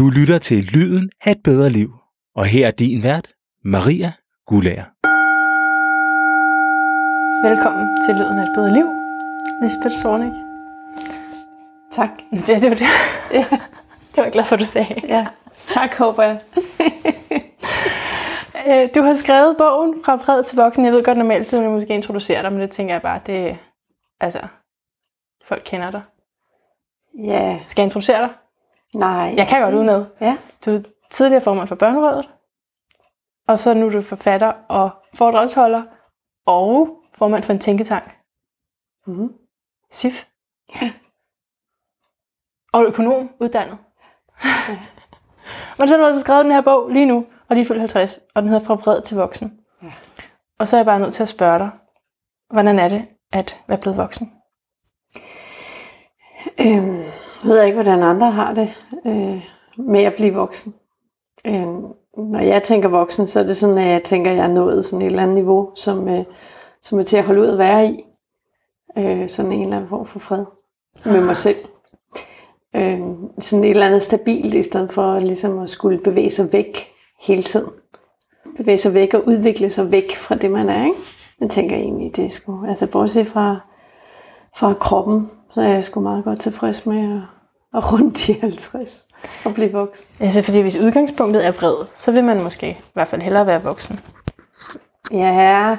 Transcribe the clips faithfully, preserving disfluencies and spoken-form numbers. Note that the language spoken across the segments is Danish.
Du lytter til Lyden af et bedre liv, og her er din vært, Maria Guldager. Velkommen til Lyden af et bedre liv, Lisbeth Zornig. Tak. Det, det var det. Ja. Det var jeg glad for, du sagde. Ja. Tak, håber jeg. Du har skrevet bogen Fra Vred til Voksen. Jeg ved godt, normalt så vil jeg måske introducere dig, men det tænker jeg bare, det altså, folk kender dig. Ja. Skal jeg introducere dig? Nej. Jeg kan godt udenad. Ja. Du er tidligere formand for Børnerådet, og så nu er du forfatter og foredragsholder, og formand for en tænketank. Mm-hmm. S I F. Ja. Og økonom uddannet. Ja. Men så har du altså skrevet den her bog lige nu, og lige fyldt halvtreds, og den hedder Fra Vred til Voksen. Ja. Og så er jeg bare nødt til at spørge dig, hvordan er det at være blevet voksen? Øhm, jeg ved ikke, hvordan andre har det øh, med at blive voksen. Øhm, når jeg tænker voksen, så er det sådan, at jeg tænker, at jeg er nået sådan et eller andet niveau, som, øh, som er til at holde ud at være i. Øh, sådan en eller anden form for fred med mig selv. Øh, sådan et eller andet stabilt, i stedet for ligesom at skulle bevæge sig væk hele tiden. Bevæge sig væk og udvikle sig væk fra det, man er, ikke? Jeg tænker egentlig, det er sgu, altså bortset fra, fra kroppen, så er jeg sgu meget godt tilfreds med at, at runde de halvtreds og blive voksen. Altså fordi hvis udgangspunktet er vred, så vil man måske i hvert fald hellere være voksen. Ja,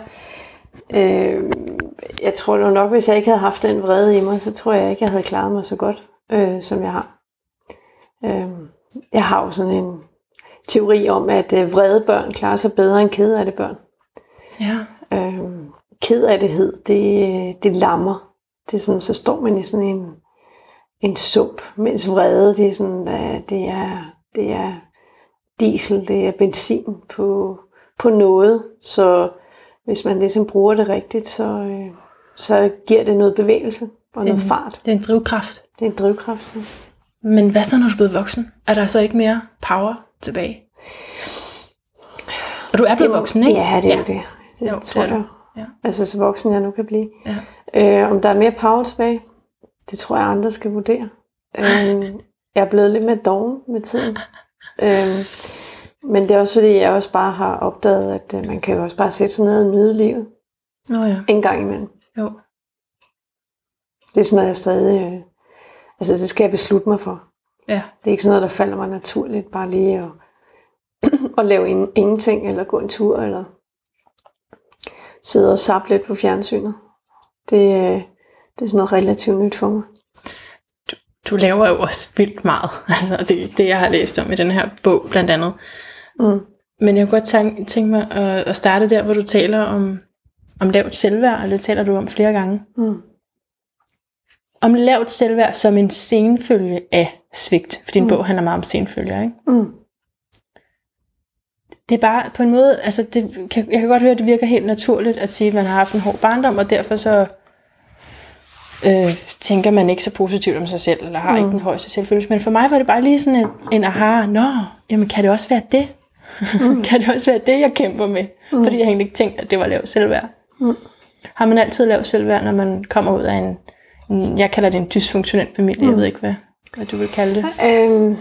øh, jeg tror jo nok, hvis jeg ikke havde haft den vrede i mig, så tror jeg ikke, jeg havde klaret mig så godt, øh, som jeg har. Øh, jeg har jo sådan en teori om, at øh, vrede børn klarer sig bedre end ked af det børn. Ja. Øh, ked af det, det, det lammer. Det er sådan, så står man i sådan en, en sump, mens vrede, det er sådan, det er, det er diesel, det er benzin på, på noget. Så hvis man ligesom bruger det rigtigt, så, øh, så giver det noget bevægelse og noget en, fart. Det er en drivkraft. Det er en drivkraft. Så. Men hvad så, når du er blevet voksen? Er der så ikke mere power tilbage? Og du er blevet det, voksen, ikke? Ja, det er ja. det. Det jo, tror det er jeg. Ja. Altså så voksen jeg nu kan blive. Ja. Øh, om der er mere power tilbage, det tror jeg andre skal vurdere. Øh, jeg er blevet lidt mere doven med tiden. Øh, men det er også fordi, jeg også bare har opdaget, at øh, man kan jo også bare sætte sig ned og nyde livet. Nå ja. En gang imellem. Jo. Det er sådan noget, jeg stadig... Øh, altså, det skal jeg beslutte mig for. Ja. Det er ikke sådan noget, der falder mig naturligt. Bare lige at, at lave in, ingenting, eller gå en tur, eller sidde og zappe lidt på fjernsynet. Det, øh, det er sådan noget relativt nyt for mig. Du, du laver jo også vildt meget. Altså, det, det, jeg har læst om i den her bog, blandt andet. Mm. Men jeg kunne godt tænke, tænke mig at, at starte der, hvor du taler om, om lavt selvværd, og det taler du om flere gange. Mm. Om lavt selvværd som en senfølge af svigt. For din mm. bog handler meget om senfølger, ikke? Mm. Det er bare på en måde, altså det, kan, jeg kan godt høre, at det virker helt naturligt at sige, at man har haft en hård barndom, og derfor så øh, tænker man ikke så positivt om sig selv, eller har mm. ikke den højeste selvfølelse. Men for mig var det bare lige sådan en, en aha, nå, jamen kan det også være det? Mm. Kan det også være det, jeg kæmper med? Mm. Fordi jeg egentlig ikke tænkte, at det var lavt selvværd. Mm. Har man altid lavt selvværd, når man kommer ud af en, en jeg kalder det en dysfunktionel familie, mm. jeg ved ikke, hvad, hvad du vil kalde det. Øhm,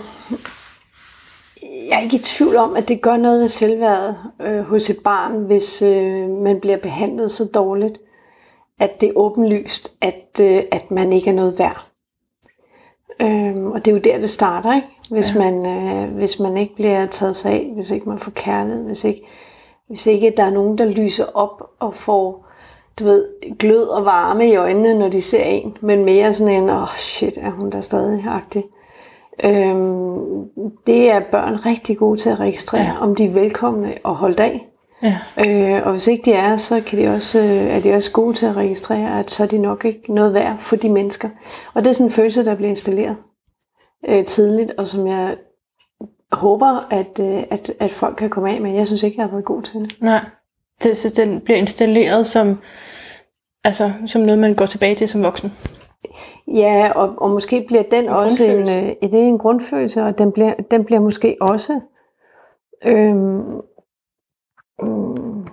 jeg er ikke i tvivl om, at det gør noget ved selvværdet øh, hos et barn, hvis øh, man bliver behandlet så dårligt, at det er åbenlyst, at, øh, at man ikke er noget værd. Øhm, og det er jo der, det starter, ikke? Hvis, ja. man, øh, hvis man ikke bliver taget sig af, hvis ikke man får kærlighed, hvis ikke, hvis ikke der er nogen, der lyser op og får, du ved, glød og varme i øjnene, når de ser en, men mere sådan en, åh oh, shit, er hun der stadig agtig. Øhm, det er børn rigtig gode til at registrere, ja. Om de er velkomne og holdt af. Ja. Øh, og hvis ikke de er, så kan de også, øh, er de også gode til at registrere, at så er de nok ikke noget værd for de mennesker. Og det er sådan en følelse, der bliver installeret øh, tidligt, og som jeg håber, at, øh, at, at folk kan komme af med. Jeg synes ikke, jeg har været god til det. Nej, det, så den bliver installeret som, altså, som noget, man går tilbage til som voksen. Ja, og, og måske bliver den en også en, øh, det er en grundfølelse, og den bliver, den bliver måske også øhm, øhm,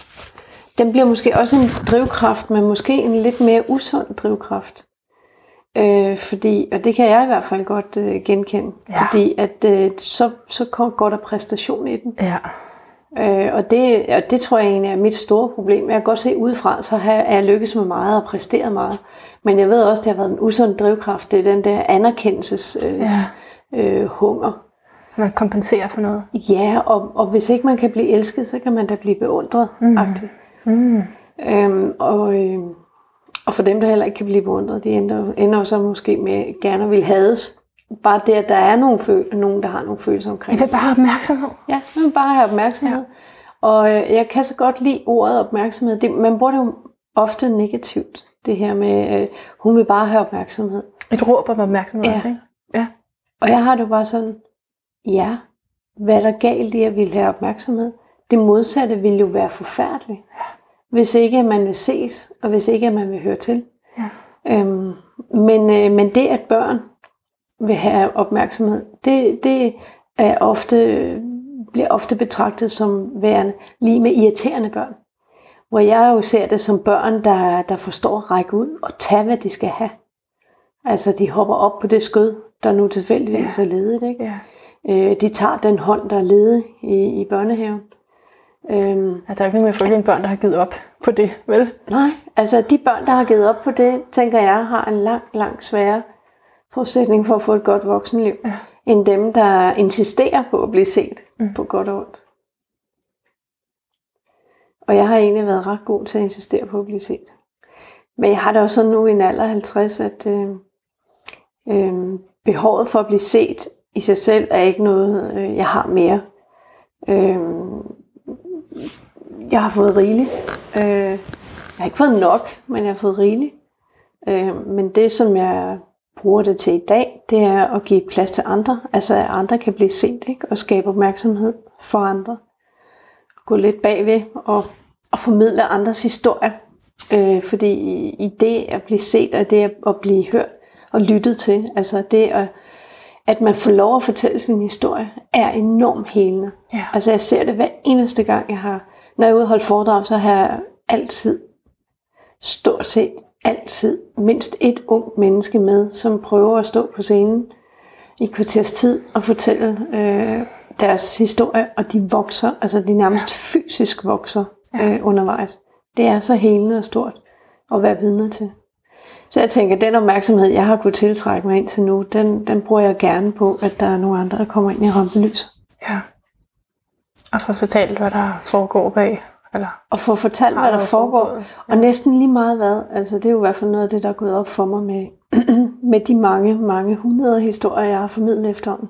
den bliver måske også en drivkraft, men måske en lidt mere usund drivkraft. Øh, fordi, og det kan jeg i hvert fald godt øh, genkende, Ja. fordi at øh, så, så kom- går der præstation i den. Ja. Øh, og, det, og det tror jeg egentlig er mit store problem. Jeg kan godt se udefra, så har, er jeg lykkes med meget og præsteret meget. Men jeg ved også, det har været en usund drivkraft. Det er den der anerkendelses øh, Ja. øh, hunger. Man kompenserer for noget. Ja, og, og hvis ikke man kan blive elsket, så kan man da blive beundret. Mm. Mm. Øhm, og, øh, og for dem, der heller ikke kan blive beundret, de ender, ender jo så måske med gerne at vil hades. Bare det, at der er nogen, føl- nogen der har nogle følelser omkring. Jeg vil bare have opmærksomhed. Ja, man vil bare have opmærksomhed. Ja. Og øh, jeg kan så godt lide ordet opmærksomhed. Det, man bruger det jo ofte negativt, det her med, øh, hun vil bare have opmærksomhed. Et råb om opmærksomhed Ja. også, ikke? Ja. Og jeg har det jo bare sådan, ja, hvad er der galt i at ville have opmærksomhed? Det modsatte ville jo være forfærdeligt, hvis ikke man vil ses, og hvis ikke man vil høre til. Ja. Øhm, men, øh, men det, at børn vil have opmærksomhed, det, det er ofte, bliver ofte betragtet som værende lige med irriterende børn. Hvor jeg jo ser det som børn, der, der forstår at række ud og tage, hvad de skal have. Altså, de hopper op på det skød, der nu tilfældigvis Ja. er ledigt, ikke? Ja. Øh, de tager den hånd, der er ledig i, i børnehaven. Øhm, Ja, der er ikke nogen frygtelige børn, der har givet op på det, vel? nej, altså de børn, der har givet op på det, tænker jeg, har en lang, lang sværere forudsætning for at få et godt voksenliv, Ja. end dem, der insisterer på at blive set Mm. på godt og ondt. Og jeg har egentlig været ret god til at insistere på at blive set. Men jeg har da også sådan nu i en alder af halvtreds, at øh, øh, behovet for at blive set i sig selv er ikke noget, øh, jeg har mere. Øh, jeg har fået rigeligt. Øh, jeg har ikke fået nok, men jeg har fået rigeligt. Øh, men det, som jeg bruger det til i dag, det er at give plads til andre. Altså at andre kan blive set, ikke? Og skabe opmærksomhed for andre. Gå lidt bagved og, og formidle andres historier. Øh, fordi i, i det at blive set, og det at blive hørt og lyttet til, altså det at, at man får lov at fortælle sin historie, er enormt helende. Ja. Altså jeg ser det hver eneste gang, jeg har, når jeg er ude og holde foredrag, så har jeg altid, stort set altid, mindst et ung menneske med, som prøver at stå på scenen i et kvarters tid og fortælle øh, deres historie, og de vokser, altså de nærmest fysisk vokser øh, undervejs. Det er så helende og stort at være vidne til. Så jeg tænker, at den opmærksomhed, jeg har kunnet tiltrække mig indtil nu, den, den bruger jeg gerne på, at der er nogle andre, der kommer ind i rampelyset. Ja. Og få fortalt, hvad der foregår bag. Eller Og få fortalt, har hvad der noget foregår. foregået. Og næsten lige meget hvad. Altså, det er jo i hvert fald noget af det, der er gået op for mig med, med de mange, mange hundrede historier, jeg har formidlet efterhånden.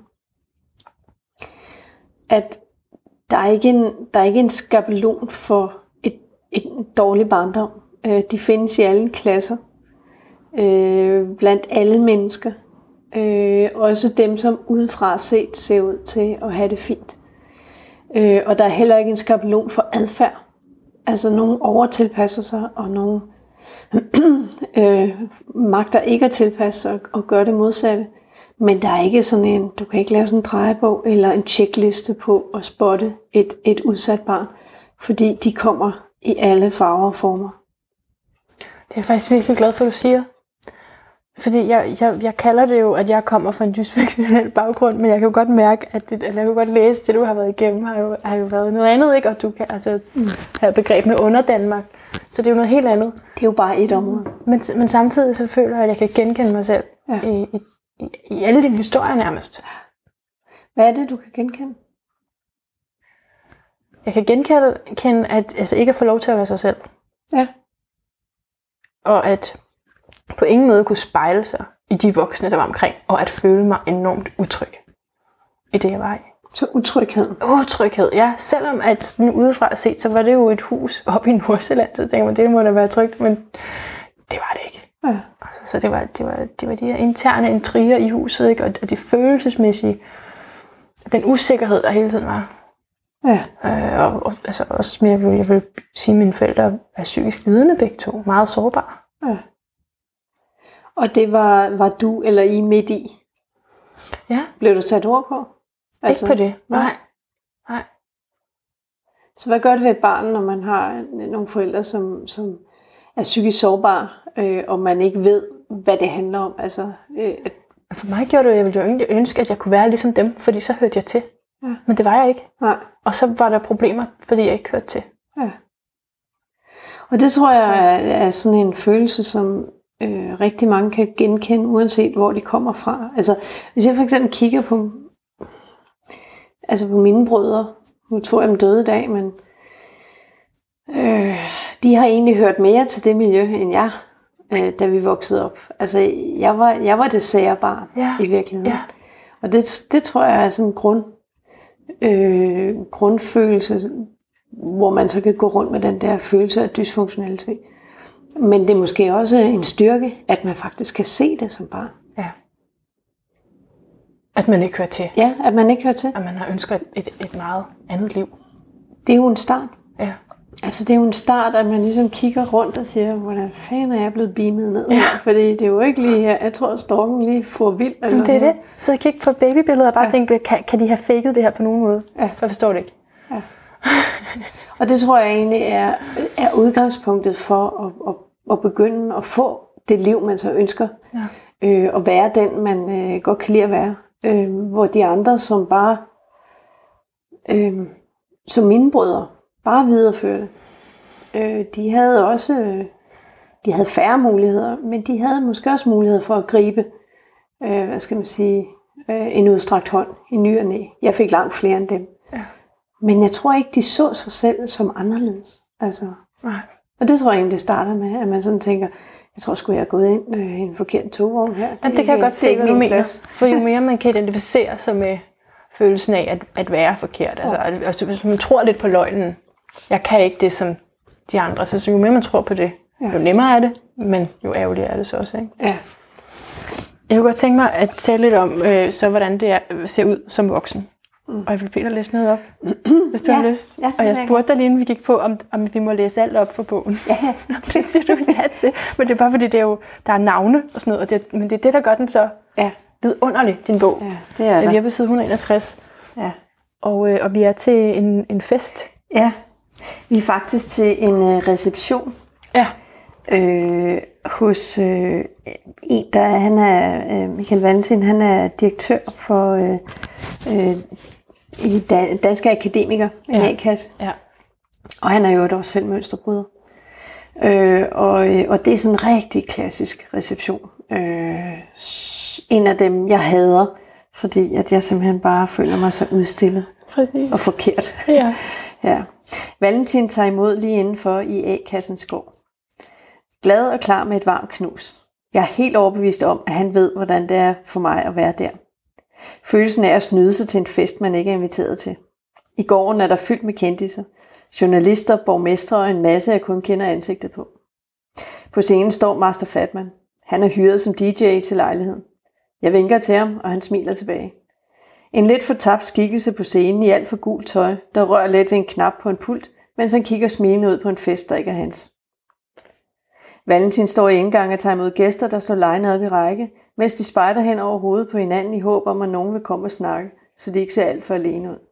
At der er ikke en, der er ikke en skabelon for et, et dårligt barndom. Øh, de findes i alle klasser. Øh, blandt alle mennesker. Øh, også dem, som udefra set ser ud til at have det fint. Øh, og der er heller ikke en skabelon for adfærd. Altså nogen overtilpasser sig, og nogen øh, magter ikke at tilpasse sig og, og gøre det modsatte. Men der er ikke sådan en, du kan ikke lave sådan en drejebog eller en checkliste på at spotte et, et udsat barn. Fordi de kommer i alle farver og former. Det er jeg faktisk virkelig glad for, at du siger. Fordi jeg, jeg, jeg kalder det jo, at jeg kommer fra en dysfunktionel baggrund, men jeg kan jo godt mærke, at det, eller jeg kan godt læse, det du har været igennem, har jo, har jo været noget andet, ikke? Og du kan altså have begreb med under Danmark, så det er jo noget helt andet. Det er jo bare et område. Men, men samtidig så føler jeg, at jeg kan genkende mig selv Ja. i, i, i, i alle dine historier nærmest. Hvad er det, du kan genkende? Jeg kan genkende, at altså, ikke at få lov til at være sig selv. Ja. Og at på ingen måde kunne spejle sig i de voksne, der var omkring, og at føle mig enormt utryg i det, jeg var i. Så utryghed. Utryghed, ja. Selvom at sådan udefra set, så var det jo et hus oppe i Nordsjælland, så tænker man, det må da være trygt, men det var det ikke. Ja. Altså, så det var, det, var, det var de her interne intriger i huset, ikke? Og, og det følelsesmæssige, den usikkerhed, der hele tiden var. Ja. Øh, og, og altså også mere, jeg vil, jeg vil sige, at mine forældre er psykisk lidende begge to, meget sårbare. Ja. Og det var, var du eller I midt i? Ja. Blev du sat ord på? Altså, ikke på det, nej. nej. nej. Så hvad gør det ved et barn, når man har nogle forældre, som, som er psykisk sårbare, øh, og man ikke ved, hvad det handler om. Altså, øh, at For mig gjorde det, at jeg ville jo egentlig ønske, at jeg kunne være ligesom dem, fordi så hørte jeg til. Ja. Men det var jeg ikke. Nej. Og så var der problemer, fordi jeg ikke hørte til. Ja. Og det tror jeg er, er sådan en følelse, som øh, rigtig mange kan genkende, uanset hvor de kommer fra. Altså, hvis jeg for eksempel kigger på, altså på mine brødre, nu tror jeg dem døde i dag, men øh, de har egentlig hørt mere til det miljø, end jeg, øh, da vi voksede op. Altså, jeg var, jeg var det sære barn Ja. i virkeligheden. Ja. Og det, det tror jeg er sådan en grund, øh, grundfølelse, hvor man så kan gå rundt med den der følelse af dysfunktionalitet. Men det er måske også en styrke, at man faktisk kan se det som barn. Ja. At man ikke hører til. Ja, at man ikke hører til. At man har ønsket et, et, et meget andet liv. Det er jo en start. Ja. Altså det er jo en start, at man ligesom kigger rundt og siger, hvordan fanden er jeg blevet beamet ned? Ja. Fordi det er jo ikke lige her, jeg tror, at storken lige får vild. Eller Men det er sådan det. Så jeg kigger på babybilleder og bare Ja. ja. tænker, kan, kan de have faked det her på nogen måde? Ja. For jeg forstår det ikke. Ja. Og det tror jeg egentlig er, er udgangspunktet for at, at, at begynde at få det liv, man så ønsker. Ja. Øh, og være den, man øh, godt kan lide at være. Øh, hvor de andre, som bare, øh, som mine brødre, bare videreførte. Øh, de havde også, øh, de havde færre muligheder, men de havde måske også muligheder for at gribe, øh, hvad skal man sige, øh, en udstrakt hånd i ny og næ. Jeg fik langt flere end dem. Ja. Men jeg tror ikke, de så sig selv som anderledes. Altså, Nej. og det tror jeg egentlig, det starter med, at man sådan tænker, jeg tror sgu, jeg er gået ind øh, i en forkert togvogn her. Det, Jamen, det kan jeg godt se, hvad du mener. For jo mere man kan identificere sig med følelsen af at, at være forkert. Altså, at, altså, hvis man tror lidt på løgnen, jeg kan ikke det som de andre, så jo mere man tror på det, Ja. jo nemmere er det, men jo ærgerligere er det så også. Ikke? Ja. Jeg kunne godt tænke mig at tale lidt om, øh, så hvordan det er, ser ud som voksen. Mm. Og jeg vil bede dig læse noget op, hvis du Ja, har lyst. ja, og jeg det spurgte dig lige, inden vi gik på, om, om vi må læse alt op for bogen. Ja, det siger du ja til. Men det er bare fordi, det er jo, der er navne og sådan noget, og det, men det er det, der gør den så ja, vidunderlig, din bog. ja, det er Ja, vi der. er på side et hundrede og enogtres, Ja. og, øh, og vi er til en, en fest. Ja, vi er faktisk til en øh, reception Ja. øh, hos øh, en, der han er, øh, Michael Valentin, han er direktør for øh, øh, i Dan- Danske Akademikere, Ja. en A-kasse, Ja. og han er jo også selv mønsterbryder. Øh, og, øh, og det er sådan en rigtig klassisk reception. Øh, s- en af dem, jeg hader, fordi at jeg simpelthen bare føler mig så udstillet Præcis. og forkert. Ja. Ja. Valentin tager imod lige indenfor i A-kassens gård. Glad og klar med et varmt knus. Jeg er helt overbevist om, at han ved, hvordan det er for mig at være der. Følelsen af at snyde sig til en fest, man ikke er inviteret til. I gården er der fyldt med kendiser. Journalister, borgmestre og en masse, jeg kun kender ansigtet på. På scenen står Master Fatman. Han er hyret som D J til lejligheden. Jeg vinker til ham, og han smiler tilbage. En lidt fortabt skikkelse på scenen i alt for gult tøj, der rører let ved en knap på en pult, mens han kigger smilende ud på en fest, der ikke er hans. Valentin står i indgangen og tager imod gæster, der står linet op i række, mens de spejder hen over hovedet på hinanden i håb om, at nogen vil komme og snakke, så de ikke ser alt for alene ud.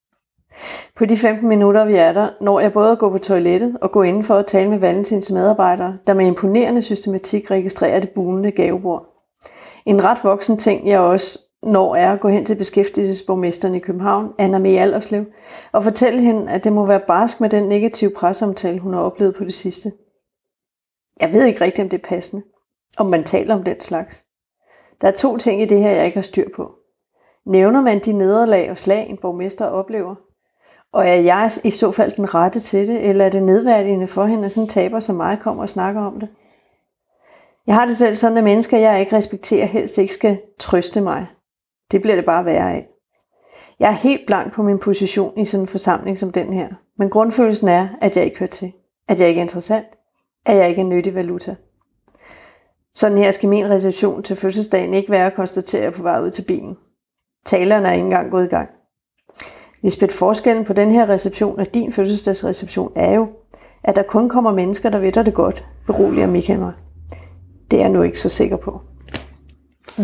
På de femten minutter, vi er der, når jeg både at gå på toilettet og gå indenfor at tale med Valentins medarbejdere, der med imponerende systematik registrerer det bunende gavebord. En ret voksen ting, jeg også når er at gå hen til beskæftigelsesborgmesteren i København, Anna Mee Alderslev, og fortælle hende, at det må være barsk med den negative presseomtale, hun har oplevet på det sidste. Jeg ved ikke rigtigt, om det er passende, om man taler om den slags. Der er to ting i det her, jeg ikke har styr på. Nævner man de nederlag og slag, en borgmester oplever? Og er jeg i så fald den rette til det, eller er det nedværdigende for hende, at sådan en taber som mig kommer og snakker om det? Jeg har det selv sådan, at mennesker, jeg ikke respekterer, helst ikke skal trøste mig. Det bliver det bare værre af. Jeg er helt blank på min position i sådan en forsamling som den her. Men grundfølelsen er, at jeg ikke hører til. At jeg ikke er interessant. At jeg ikke er nyttig valuta. Sådan her skal min reception til fødselsdagen ikke være at konstatere på vej ud til bilen. Talerne er ikke engang gået i gang. Lisbeth, forskellen på den her reception og din fødselsdagsreception er jo, at der kun kommer mennesker, der ved dig det godt, beroliger Michael mig. Det er jeg nu ikke så sikker på. Mm.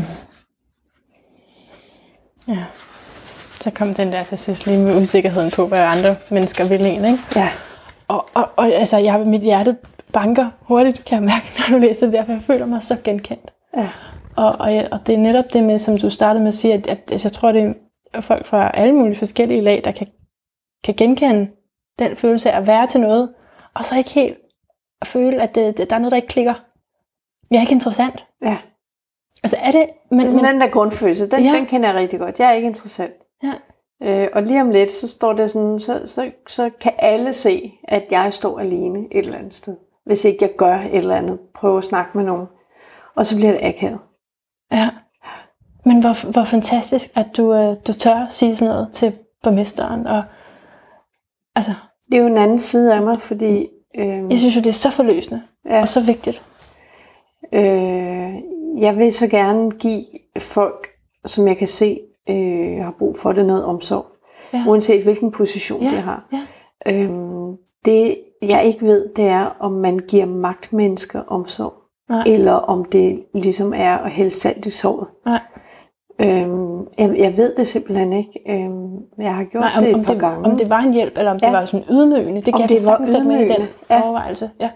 Ja. Så kom den der til sidst lige med usikkerheden på, hvad andre mennesker vil en, ikke? Ja. Og, og, og altså, jeg, mit hjerte banker hurtigt, kan jeg mærke, når du læser det der, for jeg føler mig så genkendt. Ja. Og, og, jeg, og det er netop det med, som du startede med at sige, at, at jeg tror, det er folk fra alle mulige forskellige lag, der kan, kan genkende den følelse af at være til noget, og så ikke helt føle, at det, det, der er noget, der ikke klikker. Jeg er ikke interessant. Ja. Altså er det... Men, det er sådan men, den der grundfølelse, den, ja. den kender jeg rigtig godt. Jeg er ikke interessant. Ja. Øh, og lige om lidt, så står det sådan, så, så, så kan alle se, at jeg står alene et eller andet sted. Hvis ikke jeg gør et eller andet, prøver at snakke med nogen. Og så bliver det akavet. Ja. Men hvor, hvor fantastisk, at du, øh, du tør sige sådan noget til borgmesteren. Og, altså, det er jo en anden side af mig, fordi... Øh, jeg synes jo, det er så forløsende. Ja. Og så vigtigt. Øh, jeg vil så gerne give folk, som jeg kan se, øh, har brug for det, noget omsorg. Ja. Uanset hvilken position ja. de har. Ja. Øh, det jeg ikke ved, det er, om man giver magtmennesker omsorg. Nej. Eller om det ligesom er at hælde salt i såret. Nej. Øhm, jeg, jeg ved det simpelthen ikke. Øhm, jeg har gjort Nej, om, det et om par det, gange. Om det var en hjælp, eller om ja. det var sådan ydmygende. Det kan jeg sagtens sætte med i den ja. overvejelse. Ja.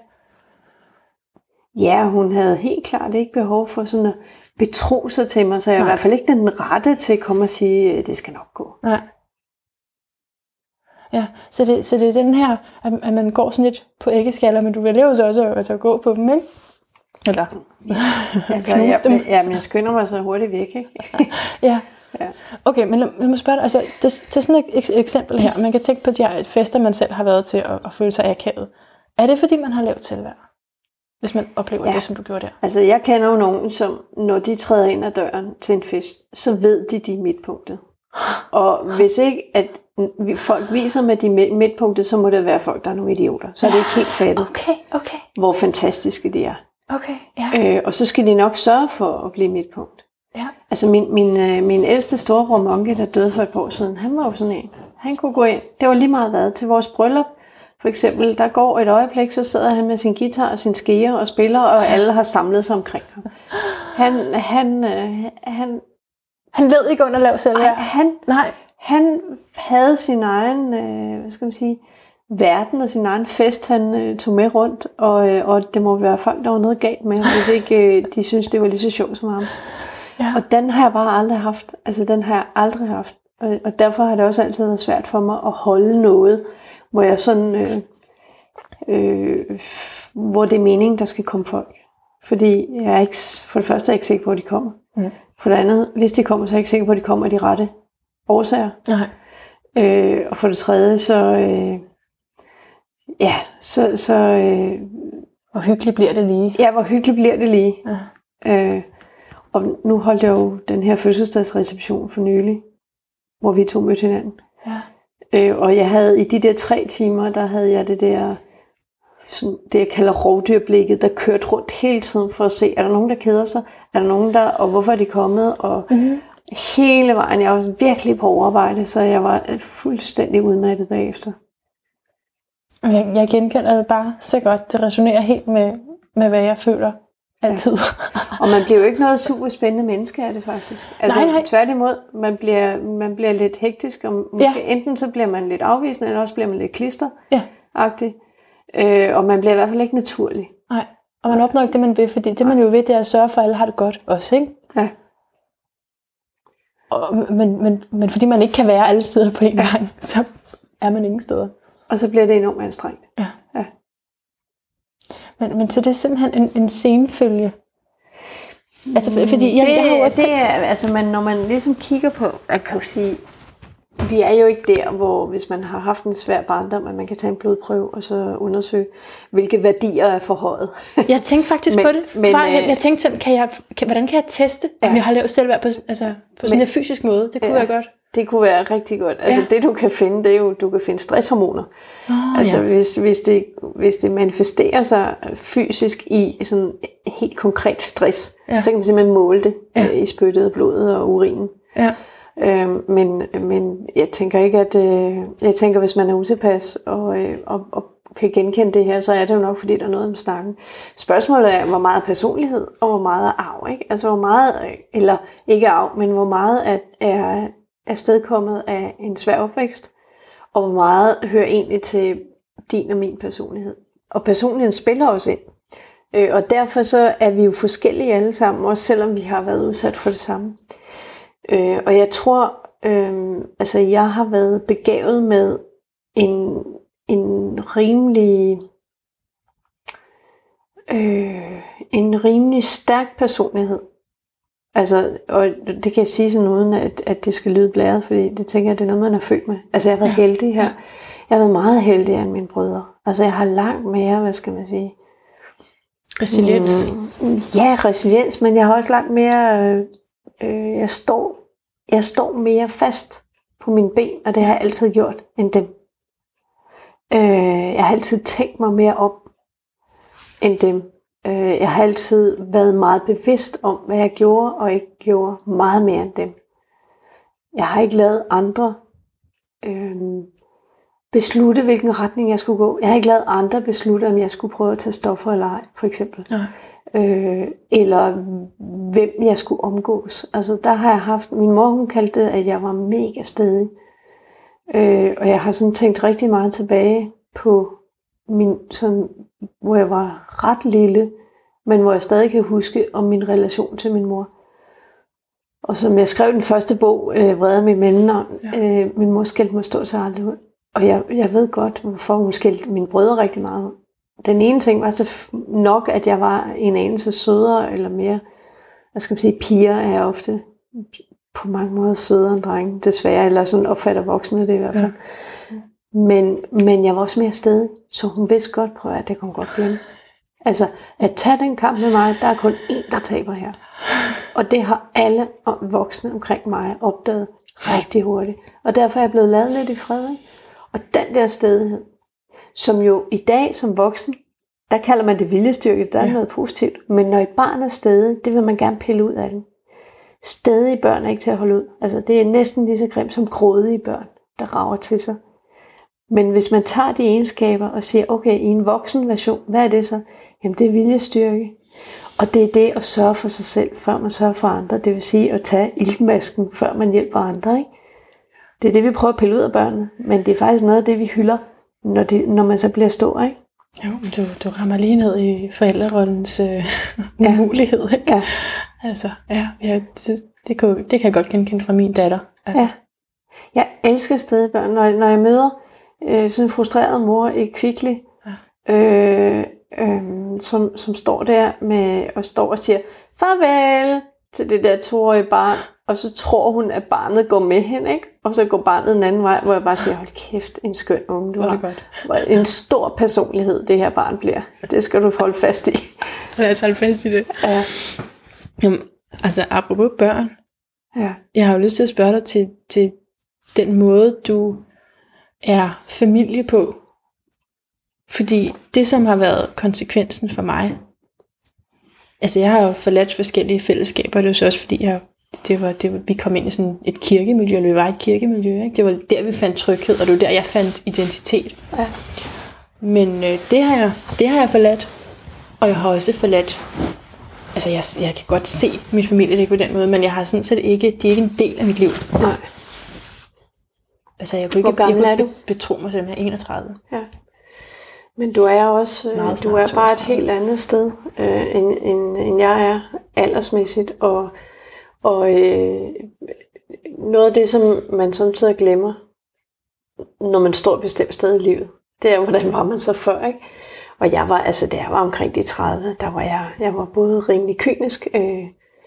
ja, hun havde helt klart ikke behov for sådan at betro sig til mig, så jeg er i hvert fald ikke den rette til at komme og sige, at det skal nok gå. Nej. Ja, så det, så det er den her, at, at man går sådan lidt på æggeskaller, men du vil leve så også at, at gå på dem, ikke? Eller altså, jeg, dem. Ja, men jeg skynder mig så hurtigt væk, ikke? ja. ja. Okay, men lad, lad mig spørge dig, altså, til sådan et, et eksempel her, man kan tænke på de her fester, man selv har været til at, at føle sig akavet. Er det fordi, man har lavt selvværd? Hvis man oplever ja. det, som du gjorde der? Altså, jeg kender jo nogen, som når de træder ind ad døren til en fest, så ved de, de er midtpunktet. Og hvis ikke, at folk viser med de midtpunktet, så må det være folk, der er nogle idioter. Så er det ikke helt fattet, okay, okay. hvor fantastiske de er. Okay, ja. Øh, og så skal de nok sørge for at blive midtpunkt. Ja. Altså min, min, øh, min ældste storebror Monke, der døde for et par år siden, han var jo sådan en. Han kunne gå ind. Det var lige meget hvad. Til vores bryllup, for eksempel, der går et øjeblik, så sidder han med sin guitar og sin skeer og spiller, og alle har samlet sig omkring ham. Han, han, øh, han, han led ikke under lav selvværd. Han, nej, han havde sin egen, øh, hvad skal man sige, verden og sin egen fest, han øh, tog med rundt, og, øh, og det må være folk, der var noget galt med ham, hvis ikke øh, de synes det var lige så sjovt som ham. Ja. Og den har jeg bare aldrig haft. Altså den har jeg aldrig haft. Og, og derfor har det også altid været svært for mig at holde noget, hvor jeg sådan, øh, øh, hvor det er meningen, der skal komme folk. Fordi jeg er ikke, for det første er jeg ikke sikker på, at de kommer. Mm. For det andet, hvis de kommer, så er jeg ikke sikker på, at de kommer af de rette årsager. Nej. Øh, og for det tredje, så øh, ja, så, så øh, hvor hyggeligt bliver det lige. Ja, hvor hyggeligt bliver det lige. Ja. Øh, og nu holdt jeg jo den her fødselsdagsreception for nylig, hvor vi to mødte hinanden. Ja. Øh, og jeg havde i de der tre timer, der havde jeg det der, sådan, det jeg kalder rovdyrblikket, der kørte rundt hele tiden for at se, er der nogen, der keder sig? Er der nogen, der, og hvorfor er de kommet? Og mm-hmm. hele vejen, jeg var virkelig på overarbejde, så jeg var fuldstændig udmattet bagefter. Jeg, jeg genkender det bare så godt. Det resonerer helt med, med hvad jeg føler altid. Ja. Og man bliver jo ikke noget super spændende menneske af det faktisk. Altså nej, nej. Tværtimod, man bliver, man bliver lidt hektisk, og måske ja. enten så bliver man lidt afvisende, eller også bliver man lidt klisteragtig. Ja. Øh, og man bliver i hvert fald ikke naturlig. Nej, og man opnår ikke det, man vil, fordi det man jo ved, det er at sørge for, at alle har det godt også, ikke? Ja. Og, men, men, men fordi man ikke kan være alle steder på en ja. gang, så er man ingen steder. Og så bliver det enormt anstrengt. Ja. ja. Men, men så det er simpelthen en, en scenefølge. Altså, fordi jeg, det, jeg har også det er, altså, man, når man ligesom kigger på, jeg kan jo sige, vi er jo ikke der, hvor hvis man har haft en svær barndom, at man kan tage en blodprøve og så undersøge, hvilke værdier er forhøjet. Jeg tænkte faktisk men, på det. Men, Far, jeg, jeg tænkte, kan jeg, kan, hvordan kan jeg teste, ja. om jeg har lavet selvværd på, altså, på sådan men, en fysisk måde? Det kunne ja. være godt. Det kunne være rigtig godt. Altså ja. det du kan finde, det er jo, du kan finde stresshormoner. Oh, altså ja. hvis, hvis, det, hvis det manifesterer sig fysisk i sådan helt konkret stress, ja. så kan man simpelthen måle det ja. i spyttet og blodet og urinen. Ja. Øhm, men, men jeg tænker ikke, at øh, jeg tænker, hvis man er utilpas og, øh, og, og kan genkende det her, så er det jo nok, fordi der er noget om snakken. Spørgsmålet er, hvor meget personlighed og hvor meget er arv, ikke? Altså hvor meget, eller ikke arv, men hvor meget er, er afstedkommet af en svær opvækst, og hvor meget hører egentlig til din og min personlighed. og personligheden spiller også ind. Øh, og derfor så er vi jo forskellige alle sammen, også selvom vi har været udsat for det samme. Øh, og jeg tror, øh, altså jeg har været begavet med en, en rimelig øh, en rimelig stærk personlighed. Altså, og det kan jeg sige sådan uden, at, at det skal lyde blæret, fordi det tænker jeg, det er noget, man er født med. Altså, jeg har været ja. heldig her. Jeg har været meget heldigere end mine brødre. Altså, jeg har langt mere, hvad skal man sige? Resiliens. Mm, ja, resiliens, men jeg har også langt mere, øh, øh, jeg, står, jeg står mere fast på mine ben, og det har jeg altid gjort, end dem. Øh, jeg har altid tænkt mig mere op, end dem. Jeg har altid været meget bevidst om, hvad jeg gjorde og ikke gjorde, meget mere end dem. Jeg har ikke ladet andre øh, beslutte, hvilken retning jeg skulle gå. Jeg har ikke ladet andre beslutte, om jeg skulle prøve at tage stoffer eller ej, for eksempel. Ja. Øh, eller hvem jeg skulle omgås. Altså der har jeg haft, min mor hun kaldte det, at jeg var mega stædig. Øh, og jeg har sådan tænkt rigtig meget tilbage på min, sådan, hvor jeg var ret lille, men hvor jeg stadig kan huske om min relation til min mor. Og som jeg skrev den første bog, øh, Vrede mit mellemnavn, ja. øh, min mor skældte mig stort set aldrig ud. Og jeg, jeg ved godt, hvorfor hun skældte mine brødre rigtig meget ud. Den ene ting var så nok, at jeg var en anelse sødere, eller mere, hvad skal man sige, piger er jeg ofte på mange måder sødere end drenge, desværre, eller sådan opfatter voksne det i hvert fald. Ja. Men, men jeg var også mere stædig, så hun vidste godt på, at det kunne godt glemme. Altså, at tage den kamp med mig, der er kun én, der taber her. Og det har alle voksne omkring mig opdaget rigtig hurtigt. Og derfor er jeg blevet lavet lidt i fred. Og den der stædighed, som jo i dag som voksen, der kalder man det viljestyrke, der er ja. noget positivt. Men når et barn er stædig, det vil man gerne pille ud af den. Stædige børn er ikke til at holde ud. Altså, det er næsten lige så grimt som grådige børn, der rager til sig. Men hvis man tager de egenskaber og siger, okay, i en voksen version, hvad er det så? Jamen det er viljestyrke. Og det er det at sørge for sig selv, før man sørger for andre. Det vil sige at tage iltmasken, før man hjælper andre. Ikke? Det er det, vi prøver at pille ud af børnene. Men det er faktisk noget af det, vi hylder, når, de, når man så bliver stor. Ikke? Jo, du, du rammer lige ned i forældrerollens øh, umulighed. Ikke? Ja. Altså, ja, ja det, det, kan, det kan jeg godt genkende fra min datter. Altså. Ja. Jeg elsker stadig børn. Når, når jeg møder øh, sådan en frustreret mor i Kvickly, ja. øh, øh, som, som står der med, og står og siger farvel til det der toårige barn, og så tror hun, at barnet går med hende, ikke? Og så går barnet en anden vej, hvor jeg bare siger, hold kæft, en skøn unge, du har. En stor personlighed, det her barn bliver. Det skal du holde fast i. Lad os holde fast i det. Ja. Jamen, altså, apropos børn, ja. Jeg har jo lyst til at spørge dig til, til den måde, du er familie på. Fordi det, som har været konsekvensen for mig, altså jeg har jo forladt forskellige fællesskaber, det er jo så også fordi, jeg, det var, det var, vi kom ind i sådan et kirkemiljø, eller vi var et kirkemiljø, ikke? Det var der, vi fandt tryghed, og det var der, jeg fandt identitet. Ja. Men øh, det, har jeg, det har jeg forladt, og jeg har også forladt, altså jeg, jeg kan godt se min familie, det ikke på den måde, men jeg har sådan set ikke, de er ikke en del af mit liv. Nej. Altså jeg kunne ikke, Hvor gammel jeg er du? betro mig selv, jeg er enogtredive. Ja. Men du er også, du er bare et helt andet sted, øh, end, end, end jeg er aldersmæssigt, og, og øh, noget af det, som man samtidig glemmer, når man står et bestemt sted i livet, det er, hvordan var man så før, ikke? Og jeg var, altså da jeg var omkring de tredive, der var jeg, jeg var både rimelig kynisk øh,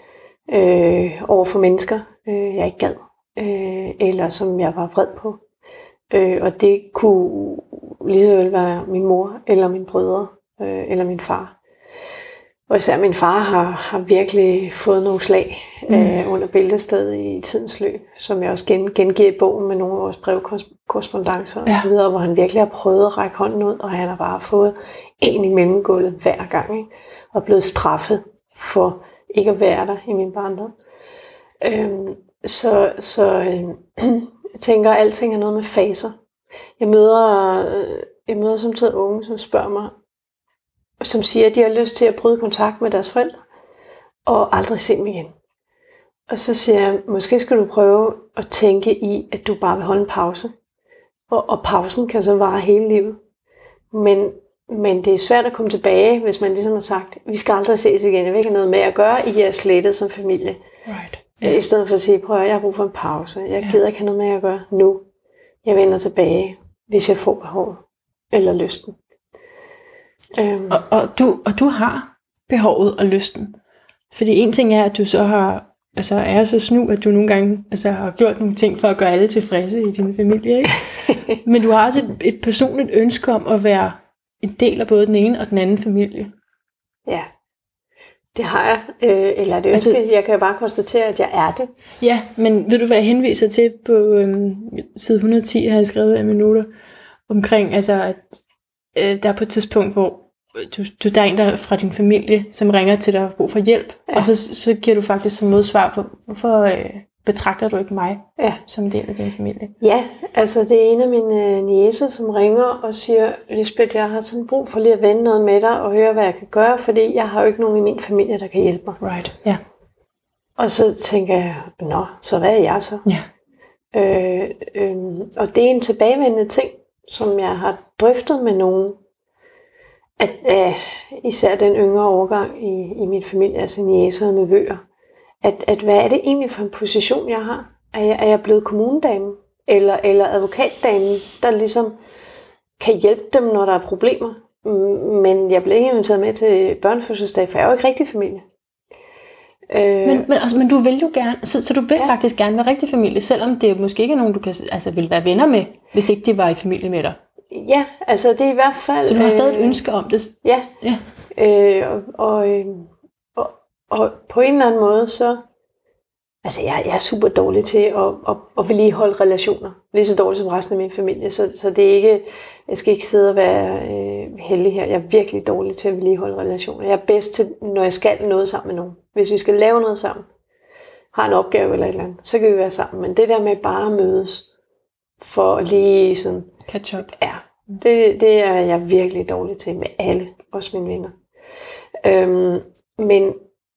øh, over for mennesker, øh, jeg ikke gad, øh, eller som jeg var vred på. Øh, og det kunne lige så vel være min mor, eller mine brødre, øh, eller min far. Og især min far har, har virkelig fået nogle slag øh, under bæltestedet i tidens løb, som jeg også gen, gengiver i bogen med nogle af vores brevkorrespondancer ja. og så videre, hvor han virkelig har prøvet at række hånden ud, og han har bare fået en i mellemgulvet hver gang, ikke? Og er blevet straffet for ikke at være der i min barndom. Øh, så så øh, jeg tænker, at alting er noget med faser. Jeg møder, jeg møder samtidig unge, som spørger mig, som siger, at de har lyst til at bryde kontakt med deres forældre, og aldrig se dem igen. Og så siger jeg, måske skal du prøve at tænke i, at du bare vil holde en pause. Og, og pausen kan så vare hele livet. Men men det er svært at komme tilbage, hvis man ligesom har sagt, vi skal aldrig ses igen, jeg vil ikke have noget med at gøre, I er slettet som familie. Right. Yeah. I stedet for at sige, prøv at jeg har brug for en pause, jeg gider ikke have noget med at gøre nu. Jeg vender tilbage, hvis jeg får behov eller lysten. Um. Og, og, du, og du har behovet og lysten. Fordi en ting er, at du så har, altså er så snu, at du nogle gange altså, har gjort nogle ting for at gøre alle tilfredse i din familie, ikke? Men du har også et, et personligt ønske om at være en del af både den ene og den anden familie. Ja, det har jeg. Øh, eller det ønske, altså, jeg kan bare konstatere, at jeg er det. Ja, men ved du, hvad jeg henviser til på øhm, side et hundrede og ti, har jeg skrevet af minutter, omkring, altså, at øh, der er på et tidspunkt, hvor du, du, der er en der fra din familie, som ringer til dig og har brug for hjælp, ja. Og så, så giver du faktisk som modsvar på, hvorfor øh, betragter du ikke mig ja. Som en del af din familie? Ja, altså det er en af mine niecer, som ringer og siger, Lisbeth, jeg har sådan brug for lige at vende noget med dig og høre, hvad jeg kan gøre, fordi jeg har jo ikke nogen i min familie, der kan hjælpe mig. Right, ja. Og så tænker jeg, nå, så hvad er jeg så? Ja. Øh, øh, og det er en tilbagevendende ting, som jeg har drøftet med nogen, at øh, især den yngre overgang i, i min familie, altså niecer og nevøer, at, at hvad er det egentlig for en position, jeg har? Er jeg, er jeg blevet kommunedame? Eller, eller advokatdamen, der ligesom kan hjælpe dem, når der er problemer? Men jeg blev ikke inviteret med til børnefødselsdag, for jeg er jo ikke rigtig familie. Øh, men, men, altså, men du vil jo gerne, så, så du vil ja. Faktisk gerne være rigtig familie, selvom det måske ikke er nogen, du kan, altså, vil være venner med, hvis ikke de var i familie med dig. Ja, altså det er i hvert fald... Så du har stadig et ønske om det? Ja, ja. Øh, og, og, og, og på en eller anden måde, så... Altså jeg, jeg er super dårlig til at, at, at vedligeholde relationer. Lige så dårligt som resten af min familie. Så, så det er ikke... Jeg skal ikke sidde og være øh, heldig her. Jeg er virkelig dårlig til at vedligeholde relationer. Jeg er bedst til, når jeg skal noget sammen med nogen. Hvis vi skal lave noget sammen, har en opgave eller et eller andet, så kan vi være sammen. Men det der med bare at mødes for lige sådan... Catch up. Ja, det, det er jeg virkelig dårlig til med alle, også mine venner. Øhm, men,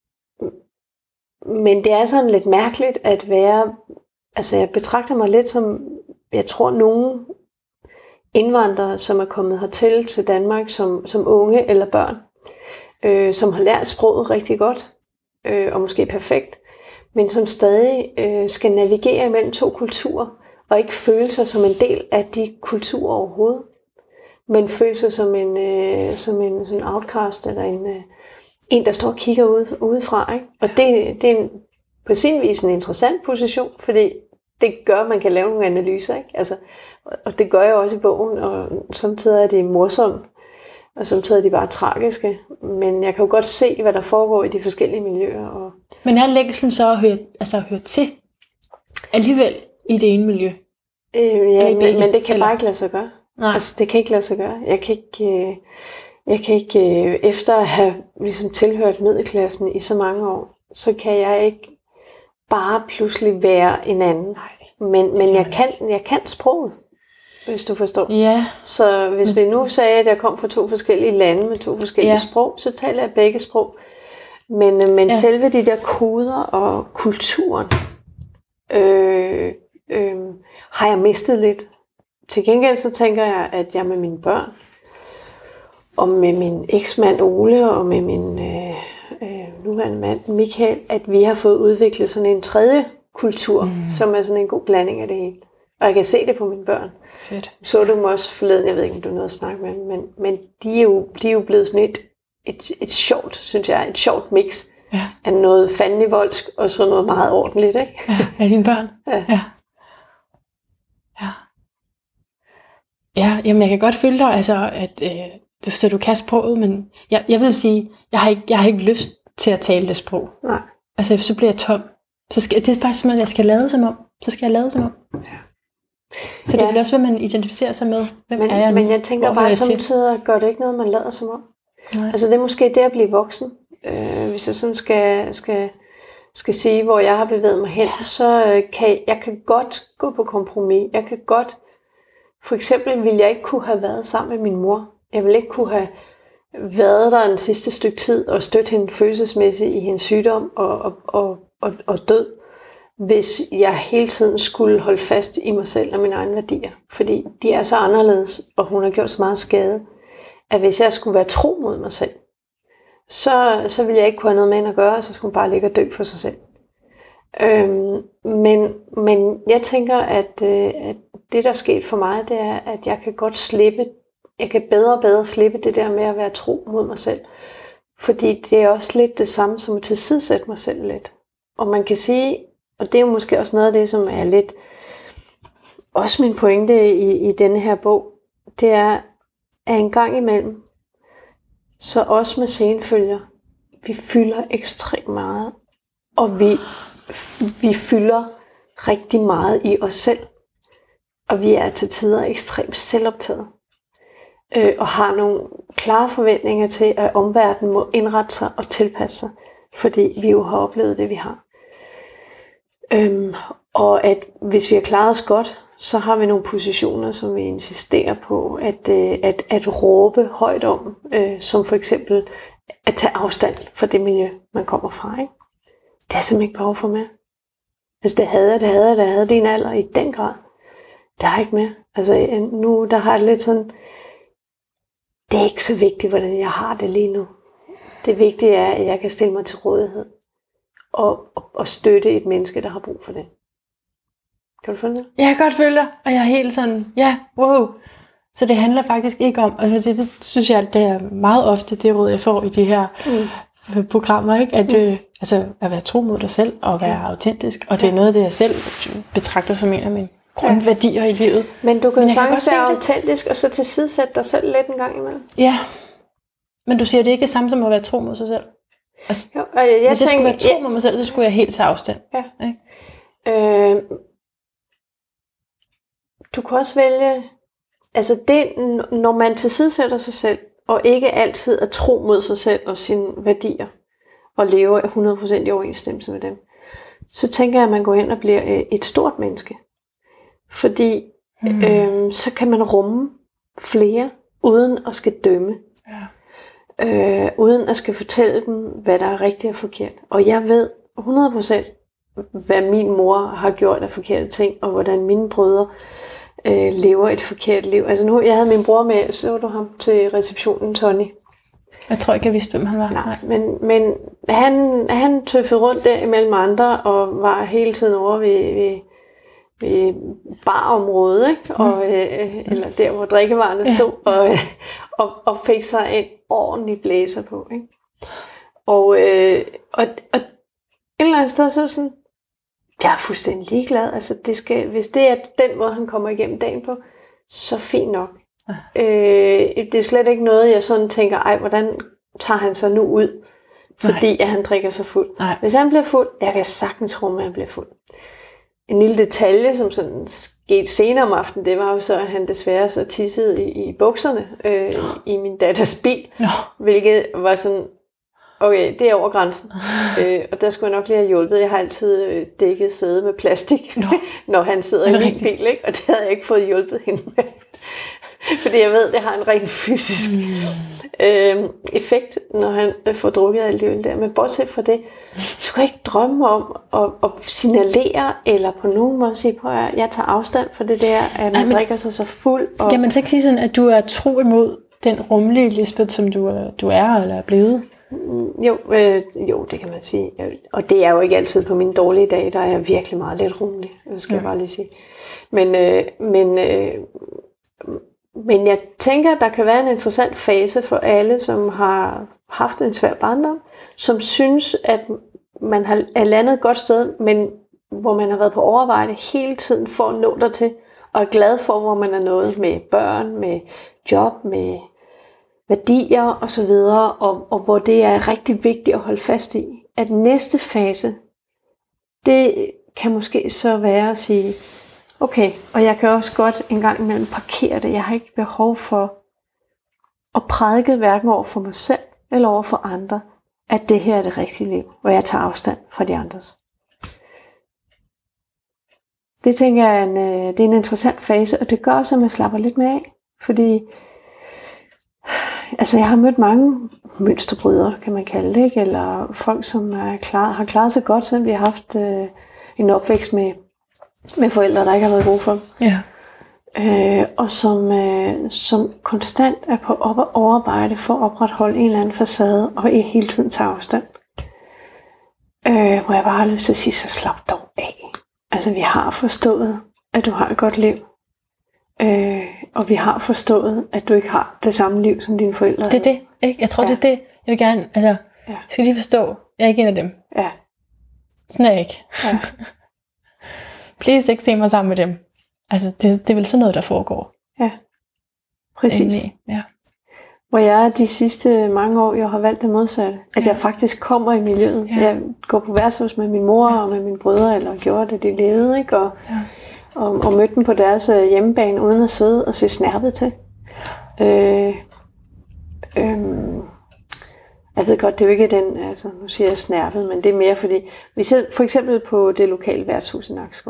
men det er sådan lidt mærkeligt at være, altså jeg betragter mig lidt som, jeg tror nogle indvandrere, som er kommet hertil til Danmark som, som unge eller børn, øh, som har lært sproget rigtig godt, øh, og måske perfekt, men som stadig øh, skal navigere mellem to kulturer, og ikke føle sig som en del af de kulturer overhovedet, men føle sig som en, øh, som en sådan outcast, eller en, øh, en, der står og kigger ude, udefra. Ikke? Og det, det er en, på sin vis en interessant position, fordi det gør, at man kan lave nogle analyser. Ikke? Altså, og det gør jeg også i bogen, og samtidig er det morsomt, og samtidig er de bare tragiske. Men jeg kan jo godt se, hvad der foregår i de forskellige miljøer. Og... Men er længslen så at høre, altså at høre til alligevel i det ene miljø? Øh, ja, men, men det kan eller? bare ikke lade sig gøre. Nej. Altså, det kan ikke lade sig gøre. Jeg kan ikke, øh, jeg kan ikke øh, efter at have ligesom tilhørt middelklassen i så mange år, så kan jeg ikke bare pludselig være en anden. Nej, men men jeg kan, jeg kan sproget, hvis du forstår. Ja. Så hvis vi nu sagde, at jeg kom fra to forskellige lande med to forskellige ja. sprog, så taler jeg begge sprog. Men, men ja. selve de der koder og kulturen, øh, øh, har jeg mistet lidt. Til gengæld så tænker jeg, at jeg med mine børn, og med min eksmand Ole, og med min øh, øh, nuværende mand Michael, at vi har fået udviklet sådan en tredje kultur, mm. som er sådan en god blanding af det hele. Og jeg kan se det på mine børn. Fedt. Så du dem også forleden, jeg ved ikke, om du nåede at snakke med dem, men, men de, er jo, de er jo blevet sådan et, et, et sjovt, synes jeg, et sjovt mix ja. af noget fandenivoldsk, og så noget meget ordentligt, ikke? Ja, af dine børn? Ja. Ja. Ja. Ja, jamen jeg kan godt følge dig, altså, at øh, så du kan sproget, men jeg, jeg vil sige, jeg har, ikke, jeg har ikke lyst til at tale det sprog. Nej. Altså, så bliver jeg tom. Så skal, det er faktisk sådan, at jeg skal lade som om. Så skal jeg lade som om. Ja. Så det ja. vil også, hvad man identificerer sig med. Hvem men, er jeg nu? Men jeg tænker bare, samtidig gør det ikke noget, man lader som om. Nej. Altså det er måske det at blive voksen. Øh, hvis jeg sådan skal, skal, skal sige, hvor jeg har bevæget mig hen, ja. så kan jeg kan godt gå på kompromis. Jeg kan godt, for eksempel ville jeg ikke kunne have været sammen med min mor. Jeg ville ikke kunne have været der en sidste stykke tid og støtte hende følelsesmæssigt i hendes sygdom og, og, og, og, og død, hvis jeg hele tiden skulle holde fast i mig selv og mine egne værdier. Fordi de er så anderledes, og hun har gjort så meget skade, at hvis jeg skulle være tro mod mig selv, så, så ville jeg ikke kunne have noget med hende at gøre, så skulle hun bare ligge og dø for sig selv. Øhm, men, men jeg tænker, at, øh, at det, der er sket for mig, det er, at jeg kan godt slippe, jeg kan bedre og bedre slippe det der med at være tro mod mig selv. Fordi det er også lidt det samme som at tilsidesætte mig selv lidt. Og man kan sige, og det er jo måske også noget af det, som er lidt, også min pointe i, i denne her bog, det er, at en gang imellem, så også med senfølger, vi fylder ekstremt meget, og vi, vi fylder rigtig meget i os selv, og vi er til tider ekstremt selvoptaget, øh, og har nogle klare forventninger til, at omverdenen må indrette sig og tilpasse sig, fordi vi jo har oplevet det, vi har. Øhm, og at hvis vi har klaret os godt, så har vi nogle positioner, som vi insisterer på at, øh, at, at råbe højt om, øh, som for eksempel at tage afstand fra det miljø, man kommer fra. Ikke? Det er simpelthen ikke behov for mere. Altså det havde jeg, det havde jeg, det havde din alder i den grad. Det har jeg ikke mere. Altså nu, der har jeg lidt sådan, det er ikke så vigtigt, hvordan jeg har det lige nu. Det vigtige er, at jeg kan stille mig til rådighed og, og, og støtte et menneske, der har brug for det. Kan du følge det? Jeg kan godt følge dig, og jeg er helt sådan, ja, wow. Så det handler faktisk ikke om, og det, det synes jeg, det er meget ofte det råd, jeg får i de her mm. programmer, ikke? At, mm. øh, altså, at være tro mod dig selv, og være ja. autentisk, og det er noget af det, jeg selv betragter som en af mine grundværdier ja. i livet. Men du kan jo sagtens være autentisk, og så tilsidesætte dig selv lidt en gang imellem. Ja, men du siger, det er ikke det samme som at være tro mod sig selv. Altså, jo, og jeg, jeg hvis jeg tænker, skulle være tro mod mig selv, så skulle jeg helt tage afstand. Ja. Ikke? Øh, du kan også vælge, altså det, når man tilsidesætter sig selv, og ikke altid er tro mod sig selv og sine værdier, og lever hundrede procent i overensstemmelse med dem, så tænker jeg, at man går hen og bliver et stort menneske. Fordi mm. øh, så kan man rumme flere, uden at skal dømme. Ja. Øh, uden at skal fortælle dem, hvad der er rigtigt og forkert. Og jeg ved hundrede procent, hvad min mor har gjort af forkerte ting, og hvordan mine brødre øh, lever et forkert liv. Altså nu, jeg havde min bror med, så du ham til receptionen, Tony. Jeg tror ikke, jeg vidste, hvem han var. Nej, men, men han, han tøffede rundt der imellem andre, og var hele tiden over ved, ved, ved barområdet, ikke? Mm. Og, øh, eller der, hvor drikkevarerne stod, ja. og, øh, og, og fik sig en ordentlig blæser på. Ikke? Og, øh, og, og et eller andet sted, så er det sådan, jeg er fuldstændig ligeglad. Altså, det skal, hvis det er den måde, han kommer igennem dagen på, så fint nok. Ja. Øh, det er slet ikke noget, jeg sådan tænker, ej, hvordan tager han sig nu ud, fordi at han drikker sig fuld. Nej. Hvis han bliver fuld, jeg kan sagtens rumme, at han bliver fuld. En lille detalje, som sådan skete senere om aftenen, det var jo så, at han desværre så tissede i, i bukserne øh, i min datters bil, no. hvilket var sådan, okay, det er over grænsen. øh, og der skulle jeg nok lige have hjulpet. Jeg har altid øh, dækket sæde med plastik, no. når han sidder i min rigtigt? bil, ikke? Og det havde jeg ikke fået hjulpet hende med. Fordi jeg ved, det har en rent fysisk mm. øh, effekt, når han øh, får drukket alt det øl der. Men bortset fra det, så kan jeg ikke drømme om at, at signalere, eller på nogen måde sige på, at jeg tager afstand for det der, at man Ej, men, drikker sig så fuld. Og kan man så ikke sige sådan, at du er tro imod den rummelige Lisbeth, som du, du er eller er blevet? Jo, øh, jo, det kan man sige. Og det er jo ikke altid på mine dårlige dage, der er jeg virkelig meget lidt rummelig, det skal ja. jeg bare lige sige. Men, øh, men, øh, men jeg tænker, at der kan være en interessant fase for alle, som har haft en svær barndom, som synes, at man har er landet et godt sted, men hvor man har været på overvejende hele tiden for at nå dertil, og er glad for, hvor man er nået med børn, med job, med værdier og så videre, og, og hvor det er rigtig vigtigt at holde fast i. At næste fase, det kan måske så være at sige, okay, og jeg kan også godt en gang imellem parkere det. Jeg har ikke behov for at prædike hverken over for mig selv eller over for andre, at det her er det rigtige liv, hvor jeg tager afstand fra de andres. Det tænker jeg, en, det er en interessant fase, og det gør også, at man slapper lidt mere af. Fordi altså, jeg har mødt mange mønsterbrydere, kan man kalde det, ikke? Eller folk, som er klar, har klaret sig godt, selvom vi har haft øh, en opvækst med, med forældre, der ikke har været gode for dem. Ja. øh, og som, øh, som konstant er på op- overarbejde for at opretholde en eller anden facade, og i hele tiden tager afstand. Øh, hvor jeg bare har lyst til at sige, så slap dog af. Altså, vi har forstået, at du har et godt liv. Øh, og vi har forstået, at du ikke har det samme liv, som dine forældre Det er det, ikke? Jeg tror, ja. det er det. Jeg vil gerne, altså, ja. jeg skal lige forstå, jeg er ikke en af dem. Ja. Sådan er jeg ikke. Ja. Please ikke se mig sammen med dem. Altså, det, det er vel sådan noget, der foregår. Ja, præcis. Ja. Hvor jeg de sidste mange år, jeg har valgt det modsatte. At ja. jeg faktisk kommer i miljøet. Ja. Jeg går på værtshus med min mor ja. og med mine brødre, eller gjorde det, de levede, ikke? Og, ja. og, og mødte dem på deres hjemmebane, uden at sidde og se snærpet til. Øh, øh, jeg ved godt, det er jo ikke den, altså nu siger jeg snærpet, men det er mere fordi, vi ser for eksempel på det lokale værtshus i Nakskov.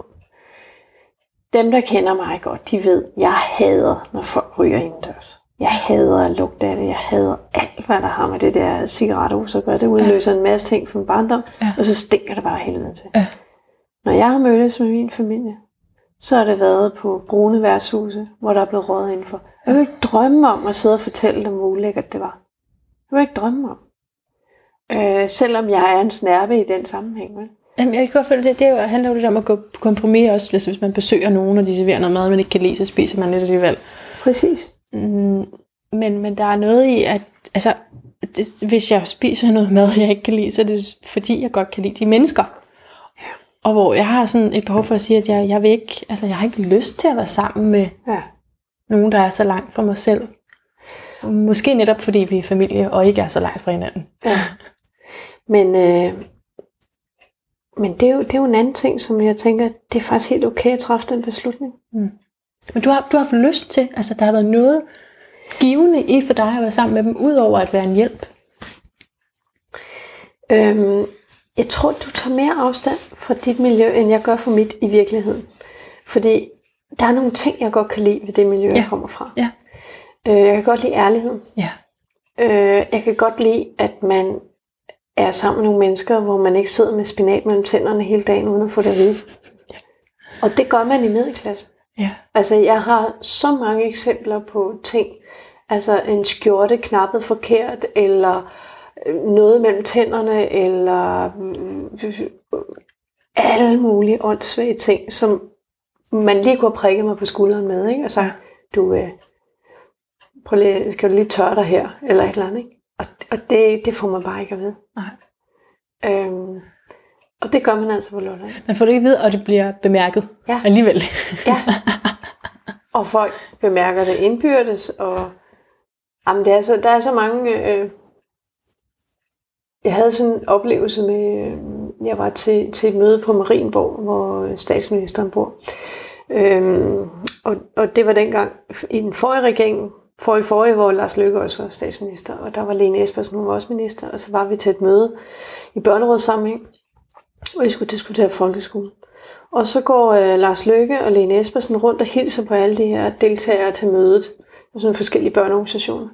Dem, der kender mig godt, de ved, jeg hader, når folk ryger indendørs. Jeg hader at lugte af det. Jeg hader alt, hvad der har med det der cigarettos at gøre. Det udløser ja. en masse ting fra min barndom, ja. og så stinker det bare helvede til. Ja. Når jeg har mødtes med min familie, så har det været på brune værtshuse, hvor der er blevet røget indenfor. Jeg vil ikke drømme om at sidde og fortælle dem, hvor ulækkert det var. Jeg vil ikke drømme om. Øh, selvom jeg er en snærpe i den sammenhæng. Vel? Jamen, jeg kan godt føle, det, det jo, handler jo lidt om at gå på kompromis også, hvis, hvis man besøger nogen, og de serverer noget mad, man ikke kan lide, så spiser man lidt alligevel. Præcis. Mm, men, men der er noget i, at altså, det, hvis jeg spiser noget mad, jeg ikke kan lide, så er det fordi, jeg godt kan lide de mennesker. Ja. Og hvor jeg har sådan et behov for at sige, at jeg, jeg vil ikke, altså jeg har ikke lyst til at være sammen med ja. nogen, der er så langt fra mig selv. Måske netop fordi vi er familie, og ikke er så langt fra hinanden. Ja. Men, øh, men det, er jo, det er jo en anden ting, som jeg tænker, det er faktisk helt okay at træffe den beslutning. Mm. Men du har, du har haft lyst til, altså der har været noget givende i for dig at være sammen med dem, udover at være en hjælp? Øhm, jeg tror, du tager mere afstand fra dit miljø, end jeg gør for mit i virkeligheden. Fordi der er nogle ting, jeg godt kan lide ved det miljø, ja. jeg kommer fra. Ja. Øh, jeg kan godt lide ærligheden. Ja. Øh, jeg kan godt lide, at man er sammen med nogle mennesker, hvor man ikke sidder med spinat mellem tænderne hele dagen, uden at få det at vide. Ja. Og det gør man i middelklassen. Ja. Altså, jeg har så mange eksempler på ting. Altså, en skjorte knappet forkert, eller noget mellem tænderne, eller alle mulige åndssvage ting, som man lige kunne prikke mig på skulderen med, ikke? Og så, du, øh, prøv lige, skal du lige tørre dig her, eller et eller andet, ikke? Og, og det, det får man bare ikke at vide. Nej. Øhm, og det gør man altså på Lolland. Man får det ikke at vide, og det bliver bemærket ja. alligevel. Ja. Og folk bemærker det indbyrdes, og jamen, det er så, der er så mange... Øh, jeg havde sådan en oplevelse med... Øh, jeg var til, til et møde på Marienborg, hvor statsministeren bor. Øhm, og, og det var dengang i den forrige regering, forrige forrige, hvor Lars Løkke også var statsminister, og der var Lene Espersen, hun var også minister, og så var vi til et møde i børnerådssammenhæng, hvor vi skulle diskutere folkeskolen. Og så går øh, Lars Løkke og Lene Espersen rundt og hilser på alle de her deltagere til mødet, og sådan forskellige børneorganisationer.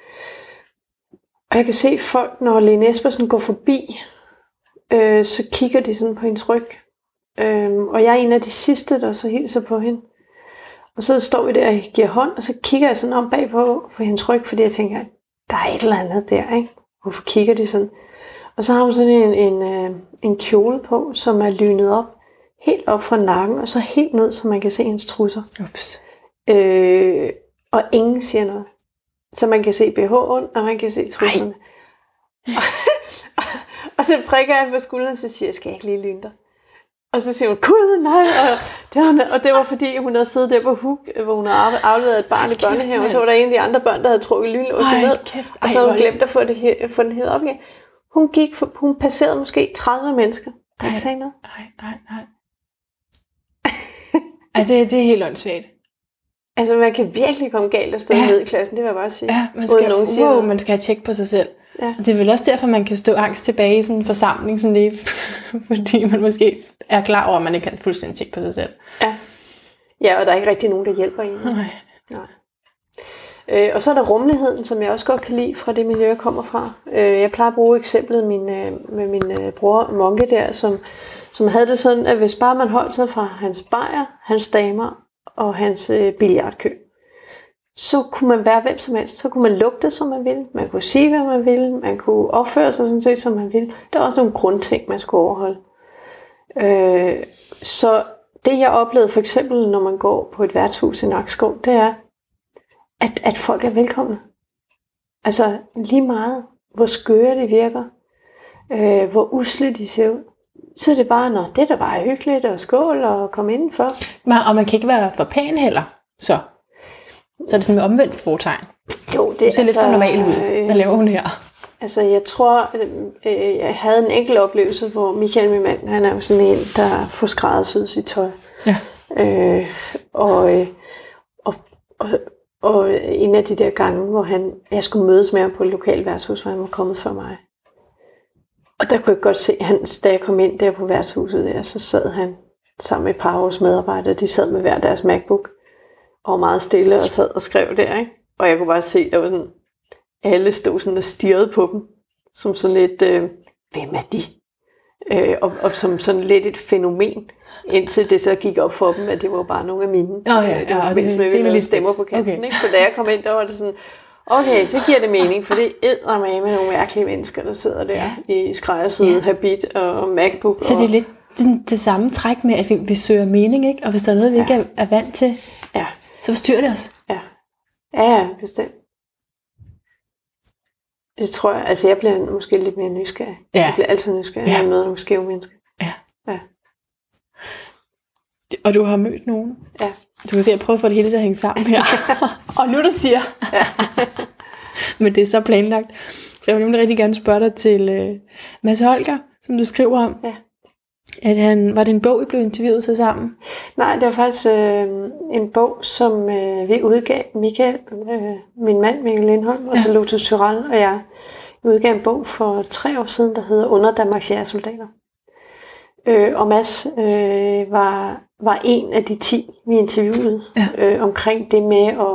Og jeg kan se folk, når Lene Espersen går forbi, øh, så kigger de sådan på hendes ryg. Øh, og jeg er en af de sidste, der så hilser på hende. Og så står vi der og giver hånd, og så kigger jeg sådan om bagpå på hendes ryg, fordi jeg tænker, der er et eller andet der, ikke? Hvorfor kigger de sådan? Og så har hun sådan en, en, øh, en kjole på, som er lynet op, helt op fra nakken, og så helt ned, så man kan se hendes trusser. Ups. Øh, og ingen siger noget. Så man kan se B H'en, og man kan se trusserne. og, og, og så prikker jeg på skulderen, og så siger jeg, skal jeg ikke lige lyne dig? Og så siger hun, gud nej, og det, var, og det var fordi, hun havde siddet der på huk, hvor hun havde afleveret et barn i børnehaven, og så var der en af de andre børn, der havde trukket lynlåsen ned, kæft, og så havde hun glemt at få, det, få den hævet op igen. Hun gik, for, hun passerede måske tredive mennesker, der ikke sagde noget. Nej, nej, nej. Ej, det, det er helt åndssvagt. Altså, man kan virkelig komme galt afsted ja. ned i klassen, det vil jeg bare sige. Ja, man skal, nogen siger wow, man skal have tjek på sig selv. Ja. Og det er vel også derfor, man kan stå angst tilbage i sådan en forsamling, sådan lige, fordi man måske er klar over, at man ikke kan fuldstændig tjek på sig selv. Ja, ja, og der er ikke rigtig nogen, der hjælper en. Nej. Nej. Øh, og så er der rummeligheden, som jeg også godt kan lide fra det miljø, jeg kommer fra. Øh, jeg plejer at bruge eksemplet min, øh, med min øh, bror Monke der, som, som havde det sådan, at hvis bare man holdt sig fra hans bajer, hans damer og hans øh, billiardkø. Så kunne man være hvem som helst. Så kunne man lugte, som man ville. Man kunne sige, hvad man ville. Man kunne opføre sig sådan set, som man ville. Der var også nogle grundting, man skulle overholde. Øh, så det, jeg oplevede for eksempel, når man går på et værtshus i Nakskov, det er, at, at folk er velkomne. Altså lige meget, hvor skøre de virker, øh, hvor usle de ser ud, så er det bare, når det er da bare hyggeligt og skål og komme indenfor. Men, og man kan ikke være for pæn heller, så. Så er det sådan med omvendt fortegn. Jo, det du ser altså, lidt for normalt ud. Øh, Hvad laver hun her? Altså, jeg tror, øh, jeg havde en enkelt oplevelse, hvor Michael, min mand, han er jo sådan en, der får skræddersyet sit tøj. Ja. Øh, og, øh, og, og, og en af de der gange, hvor han, jeg skulle mødes med ham på et lokalt værtshus, hvor han var kommet før mig. Og der kunne jeg godt se, at han, da jeg kom ind der på værtshuset, der, så sad han sammen med et par af vores medarbejdere. De sad med hver deres MacBook og var meget stille og sad og skrev der, ikke? Og jeg kunne bare se, at der var sådan, alle stod sådan og stirrede på dem, som sådan lidt, øh, hvem er de? Øh, og, og som sådan lidt et fænomen, indtil det så gik op for dem, at det var bare nogle af mine. Oh, ja, det var ja, forbindelse med, at vi lavede stemmer på kanten. Okay. Ikke? Så da jeg kom ind, der var det sådan, okay, så giver det mening, for det æder med med nogle mærkelige mennesker, der sidder der ja. i skræddersyet ja. habit og MacBook. Så det er lidt det, det samme træk med, at vi, vi søger mening, ikke? Og hvis der er noget, vi ja. ikke er, er vant til, ja. så forstyrrer det os. Ja, ja, ja bestemt. Det tror jeg, altså jeg bliver måske lidt mere nysgerrig. Ja. Jeg bliver altid nysgerrig, når ja. jeg møder nogle skæve mennesker. Ja. ja. Og du har mødt nogen? Ja. Du kan se, at jeg prøver at få det hele til at hænge sammen her. Og nu du siger. Ja. Men det er så planlagt. Jeg vil nemlig rigtig gerne spørge dig til uh, Mads Holger, som du skriver om. Ja. At han, var det en bog, I blev interviewet til sammen? Nej, det var faktisk øh, en bog, som øh, vi udgav, Michael, øh, min mand Mikkel Lindholm, og ja. så Lotus Tyrell og jeg. Vi udgav en bog for tre år siden, der hedder Under Danmarks jægersoldater. Øh, og Mads øh, var, var en af de ti, vi interviewede ja. øh, omkring det med at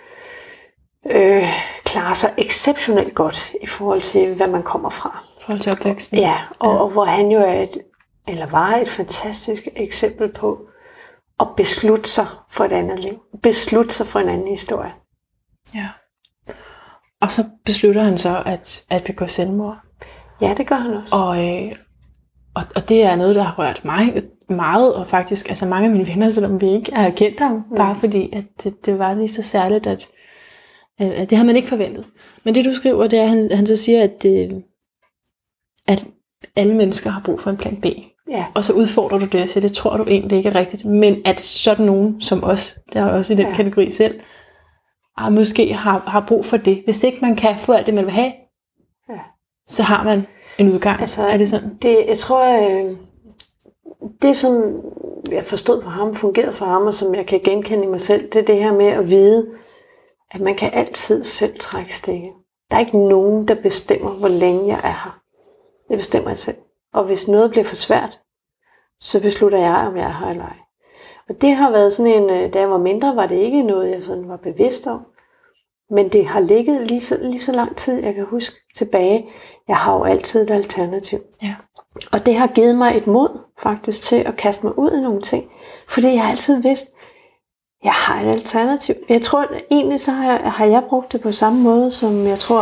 øh, klare sig exceptionelt godt i forhold til, hvad man kommer fra. I forhold til opvæksten. Ja, og, ja. og hvor han jo er et eller var et fantastisk eksempel på at beslutte sig for et andet liv. Beslutte sig for en anden historie. Ja. Og så beslutter han så at, at begå selvmord. Ja, det gør han også. Og, øh, og, og det er noget, der har rørt mig meget, og faktisk altså mange af mine venner, selvom vi ikke har kendt ham, mm. bare fordi at det, det var lige så særligt, at, at det havde man ikke forventet. Men det du skriver, det er, at han, han så siger, at, det, at alle mennesker har brug for en plan B. Ja. Og så udfordrer du det og siger, det tror du egentlig ikke er rigtigt. Men at sådan nogen som os, der er også i den ja. kategori selv, og måske har, har brug for det. Hvis ikke man kan få alt det, man vil have, ja. så har man en udgang. Altså, er det sådan? Det, jeg tror, øh, det som jeg forstod på ham, fungerede for ham, og som jeg kan genkende i mig selv, det er det her med at vide, at man kan altid selv trække stikket. Der er ikke nogen, der bestemmer, hvor længe jeg er her. Det bestemmer jeg selv. Og hvis noget bliver for svært, så beslutter jeg, om jeg er her eller ej. Og det har været sådan en, da jeg var mindre, var det ikke noget, jeg sådan var bevidst om. Men det har ligget lige så, lige så lang tid, jeg kan huske tilbage. Jeg har jo altid et alternativ. Ja. Og det har givet mig et mod faktisk til at kaste mig ud i nogle ting. Fordi jeg har altid vidst, jeg har et alternativ. Jeg tror at egentlig, så har jeg, har jeg brugt det på samme måde, som jeg tror,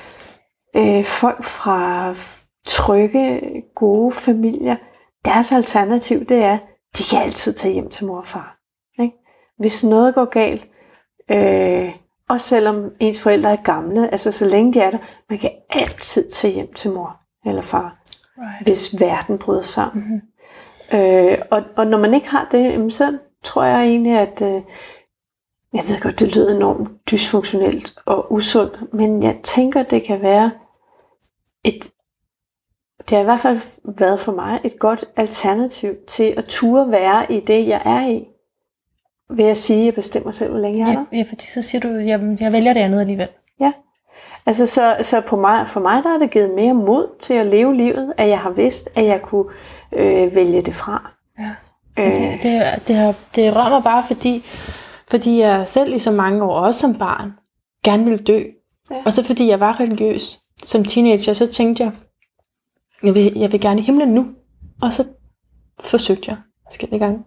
øh, folk fra trygge, gode familier, deres alternativ, det er, de kan altid tage hjem til mor og far. Ikke? Hvis noget går galt, øh, også selvom ens forældre er gamle, altså så længe de er der, man kan altid tage hjem til mor eller far, right. hvis verden bryder sammen. Mm-hmm. Øh, og, og når man ikke har det, så tror jeg egentlig, at øh, jeg ved godt, det lyder enormt dysfunktionelt og usundt, men jeg tænker, det kan være et Det har i hvert fald været for mig et godt alternativ til at turde være i det, jeg er i. Ved at sige, at jeg bestemmer selv, hvor længe jeg er der. Ja, ja, fordi så siger du, at jeg, jeg vælger det andet alligevel. Ja, altså så, så på mig, for mig der har det givet mere mod til at leve livet, at jeg har vidst, at jeg kunne øh, vælge det fra. Ja, øh. det, det, det, har, det rører mig bare, fordi, fordi jeg selv i så mange år, også som barn, gerne ville dø. Ja. Og så fordi jeg var religiøs som teenager, så tænkte jeg, Jeg vil, jeg vil gerne i himlen nu. Og så forsøgte jeg forskellige gange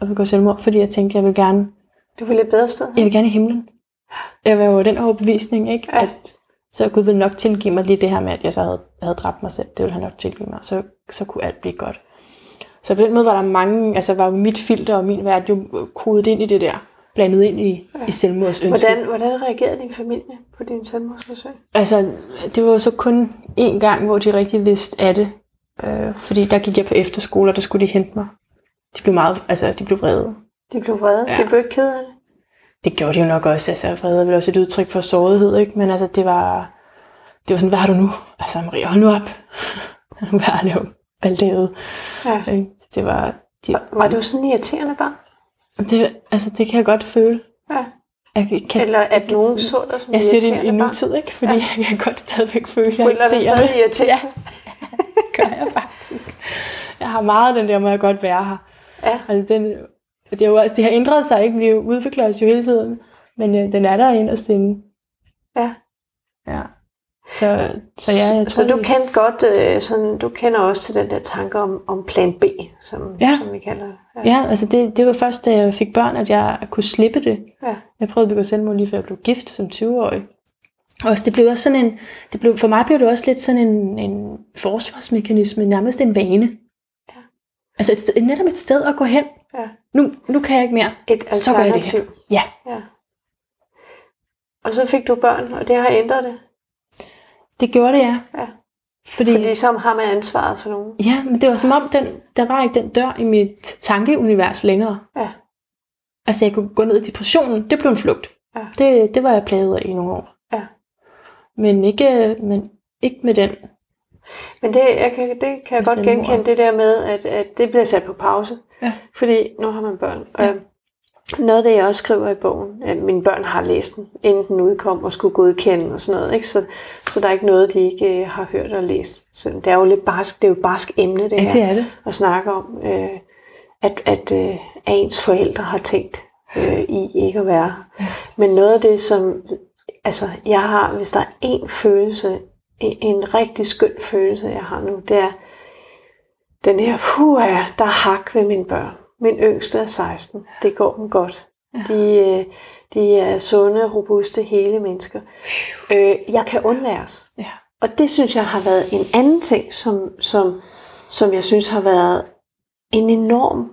at begå selvmord, fordi jeg tænkte, jeg vil gerne... Du ville et bedre sted? Jeg vil gerne i himlen. Jeg var jo den overbevisning, ikke? Ja. At så Gud ville nok tilgive mig lige det her med, at jeg så havde, havde dræbt mig selv. Det ville han nok tilgive mig. Så, så kunne alt blive godt. Så på den måde var der mange... Altså var jo mit filter og min verden jo kodet ind i det der. Blandet ind i, ja. i selvmordsønsket. Hvordan, hvordan reagerede din familie på din selvmordsforsøg? Altså, det var jo så kun én gang, hvor de rigtig vidste af det. Øh, fordi der gik jeg på efterskole, og der skulle de hente mig. De blev meget... Altså, de blev vrede. De blev vrede? Ja. De blev ikke ked af det? Det gjorde de jo nok også. Altså, vrede er vel også et udtryk for sårighed, ikke? Men altså, det var... Det var sådan, hvad har du nu? Altså, Maria, hold nu op. Hvad er det jo? Baldevet. Ja. Det var... De, var, var du sådan en irriterende barn? Det, altså, det kan jeg godt føle. Ja. Jeg kan, Eller at nogen så dig som jeg irriterende siger det i nutid, ikke? Fordi ja. jeg kan godt stadigvæk føle, at jeg Føler dig stadig irriterende? Ja, gør jeg faktisk. Jeg har meget den der, må jeg godt være her. Ja. Altså, den, det, er jo, det har ændret sig, ikke? Vi udvikler os jo hele tiden. Men øh, den er der inderst inde. Ja. Ja. Så, så, ja, jeg så, tror, så du kendte godt, øh, sådan, du kender også til den der tanke om, om plan B, som, ja. som vi kalder det. Ja, ja altså det, det var først, da jeg fik børn, at jeg kunne slippe det. Ja. Jeg prøvede at begå selvmord lige før jeg blev gift som tyve-årig. Og det blev også sådan en, det blev, for mig blev det også lidt sådan en, en forsvarsmekanisme, nærmest en vane. Ja. Altså et sted, netop et sted at gå hen. Ja. Nu, nu kan jeg ikke mere. Et alternativ. Så gør jeg det her. Ja. ja. Og så fik du børn, og det har ændret det? Det gjorde det, ja. ja. Fordi, Fordi så har man ansvaret for nogen. Ja, men det var som om, den, der var ikke den dør i mit tankeunivers længere. Ja. Altså jeg kunne gå ned i depressionen, det blev en flugt. Ja. Det, det var jeg plaget af i nogle år. Ja. Men ikke, men ikke med den. Men det, jeg kan, det kan jeg godt genkende, det der med, at, at det bliver sat på pause. Ja. Fordi nu har man børn. Ja. Og noget af det, jeg også skriver i bogen, at mine børn har læst den, inden den udkom og skulle godkende og sådan noget. Ikke? Så, så der er ikke noget, de ikke har hørt og læst. Så det er jo lidt barsk, det er jo et barsk emne, det ja, her. Det er det. At snakke om, øh, at, at, øh, at ens forældre har tænkt øh, i ikke at være. Ja. Men noget af det, som altså, jeg har, hvis der er en følelse, en, en rigtig skøn følelse, jeg har nu, det er den her, puha, der er hak ved mine børn. Min yngste er seksten. Det går dem godt. Ja. De, de er sunde, robuste, hele mennesker. Øh, jeg kan undværes. Ja. Og det synes jeg har været en anden ting, som, som, som jeg synes har været en enorm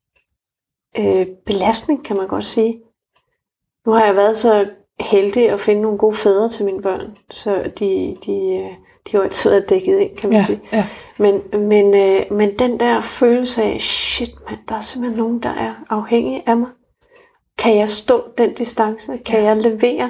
øh, belastning, kan man godt sige. Nu har jeg været så heldig at finde nogle gode fædre til mine børn, så de, de, de har altid været dækket ind, kan man ja, sige. Ja. Men, men, øh, men den der følelse af, shit man, der er simpelthen nogen, der er afhængige af mig. Kan jeg stå den distance? Kan ja. jeg levere?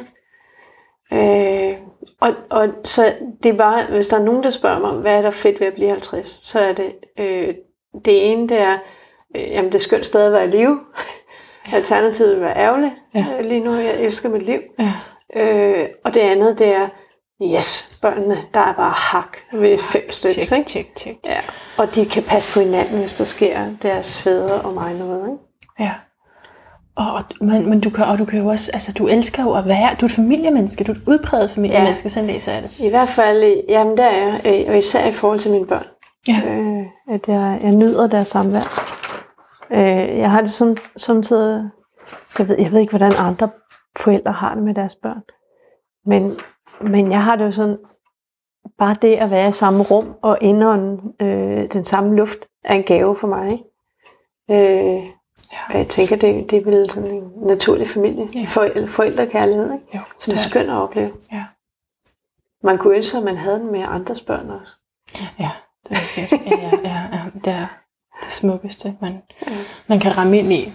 Øh, og, og så det er bare, hvis der er nogen, der spørger mig, hvad er der fedt ved at blive halvtreds, så er det, øh, det ene, det er, øh, jamen det er skønt stadig at være i live. Ja. Alternativet vil være ærgerligt. Ja. Øh, lige nu, jeg elsker mit liv. Ja. Øh, og det andet, det er, yes, børnene, der er bare hak ved fem stykker. Tjek, tjek, tjek. Ja. Og de kan passe på hinanden, hvis der sker deres fædre og mig noget. Ikke? Ja. Og, men, men du kan, og du kan jo også, altså du elsker jo at være, du er et familiemenneske, du er et udpræget familiemenneske, ja. Sådan læser jeg det. I hvert fald, jamen der er jeg, og især i forhold til mine børn. Ja. Øh, at jeg, jeg nyder deres samvær. Øh, jeg har det som, samtidig, jeg ved, jeg ved ikke, hvordan andre forældre har det med deres børn. Men, men jeg har det jo sådan, bare det at være i samme rum og indånde øh, den samme luft, er en gave for mig. Ikke? Øh, ja. Og jeg tænker, det, det er vel sådan en naturlig familie. Ja. Forældre, forældrekærlighed, ikke? Jo, som er skønt at opleve. Ja. Man kunne ønske, at man havde den med andres børn også. Ja, det er sikkert. Ja, ja, ja, ja. Det er det smukkeste, man, ja. man kan ramme ind i.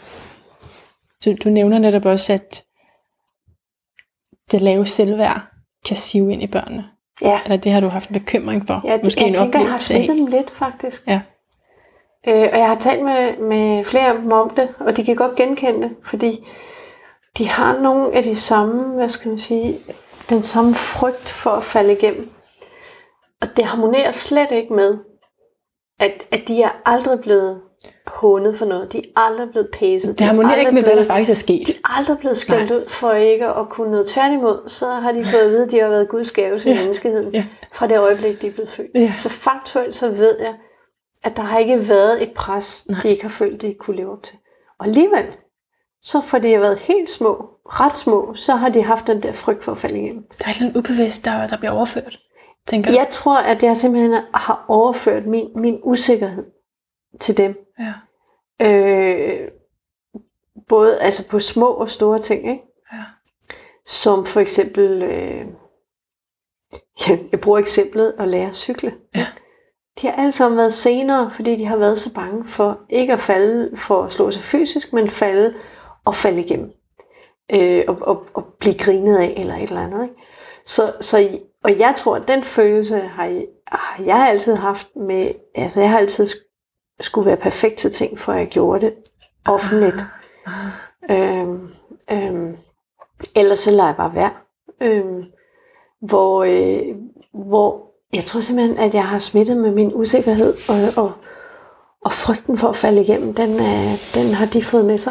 Du, du nævner netop også, at det lave selvværd kan sive ind i børnene. Ja. Eller det har du haft en bekymring for. Jeg, Måske jeg en tænker, jeg har smittet dem lidt, faktisk. Ja. Øh, og jeg har talt med, med flere om det, og de kan godt genkende det, fordi de har nogle af de samme, hvad skal man sige, den samme frygt for at falde igennem. Og det harmonerer slet ikke med, at, at de er aldrig blevet hånet for noget. De er aldrig blevet pæset. Det harmonerer ikke med, blevet, hvad der faktisk er sket. De er aldrig blevet skældt ud for ikke at kunne noget. Tværtimod, så har de fået at vide, at de har været Guds gave til ja. menneskeheden. Ja. Fra det øjeblik, de er blevet født. Ja. Så faktuelt så ved jeg, at der har ikke været et pres, Nej. de ikke har følt, de kunne leve op til. Og alligevel, så for de har været helt små, ret små, så har de haft den der frygt for at falde igennem. Der er et eller andet ubevidst, der, der bliver overført, tænker jeg. Jeg tror, at jeg simpelthen har overført min, min usikkerhed til dem. Ja. Øh, både altså på små og store ting, ikke? Ja. Som for eksempel, øh, jeg bruger eksemplet at lære at cykle. Ja. De har alle sammen været senere, fordi de har været så bange for ikke at falde, for at slå sig fysisk, men falde og falde igennem. Øh, og, og, og blive grinet af, eller et eller andet. Ikke? Så, så, og jeg tror, at den følelse har jeg, har jeg altid haft med, altså jeg har altid skulle være perfekt til ting, for jeg gjorde det offentligt. Ah. Øhm, øhm, ellers så lader jeg bare være. Øhm, hvor, øh, hvor jeg tror simpelthen, at jeg har smittet med min usikkerhed, og, og, og frygten for at falde igennem, den, øh, den har de fået med sig.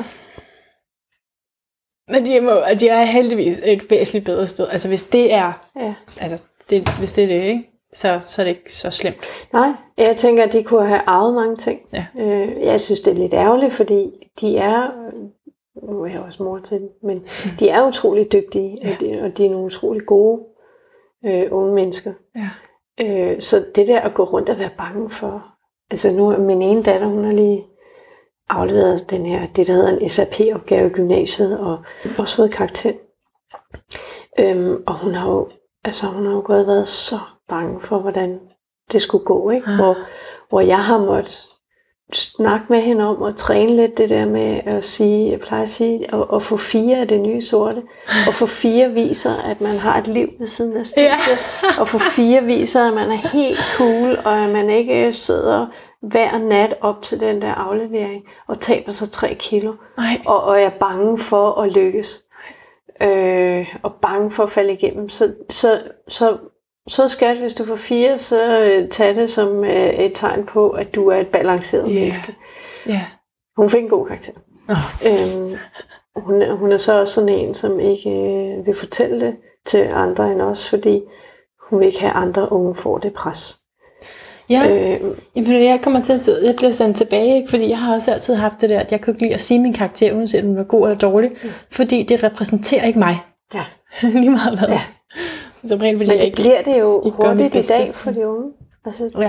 Men de, må, de er heldigvis et væsentligt bedre sted. Altså hvis det er, ja. altså det, hvis det er det, ikke? Så, så er det ikke så slemt. Nej, jeg tænker, at de kunne have arvet mange ting. Ja. Øh, jeg synes, det er lidt ærgerligt, fordi de er, nu er jeg også mor til dem, men mm. de er utrolig dygtige, ja. og, de, og de er nogle utrolig gode øh, unge mennesker. Ja. Øh, så det der at gå rundt og være bange for, altså nu er min ene datter, hun har lige afleveret den her, det der hedder en S A P-opgave i gymnasiet, og også fået karakter. Øhm, og hun har jo, altså hun har jo gået været så bange for, hvordan det skulle gå, ikke? Ah. Hvor, hvor jeg har måttet snakke med hende om at træne lidt det der med at sige, jeg plejer at sige, at, at få fire af det nye sorte, og få fire viser, at man har et liv ved siden af studiet, ja. Og få fire viser, at man er helt cool, og at man ikke sidder hver nat op til den der aflevering, og taber sig tre kilo, og, og er bange for at lykkes, øh, og bange for at falde igennem. Så, så, så, så skat, hvis du får fire, så øh, tag det som øh, et tegn på, at du er et balanceret yeah. menneske. Yeah. Hun fik en god karakter. Oh. Øhm, hun, er, hun er så også sådan en, som ikke øh, vil fortælle det til andre end os, fordi hun vil ikke have andre unge får det pres. Ja, øh, jeg kommer til at jeg bliver sendt tilbage, ikke? Fordi jeg har også altid haft det der, at jeg kunne ikke lide at sige min karakter, uanset om den var god eller dårlig, mm. fordi det repræsenterer ikke mig. Ja. Lige meget hvad. Ja. Som rent, fordi Men det ikke, bliver det jo hurtigt i dag bedste. for de unge. Altså, ja.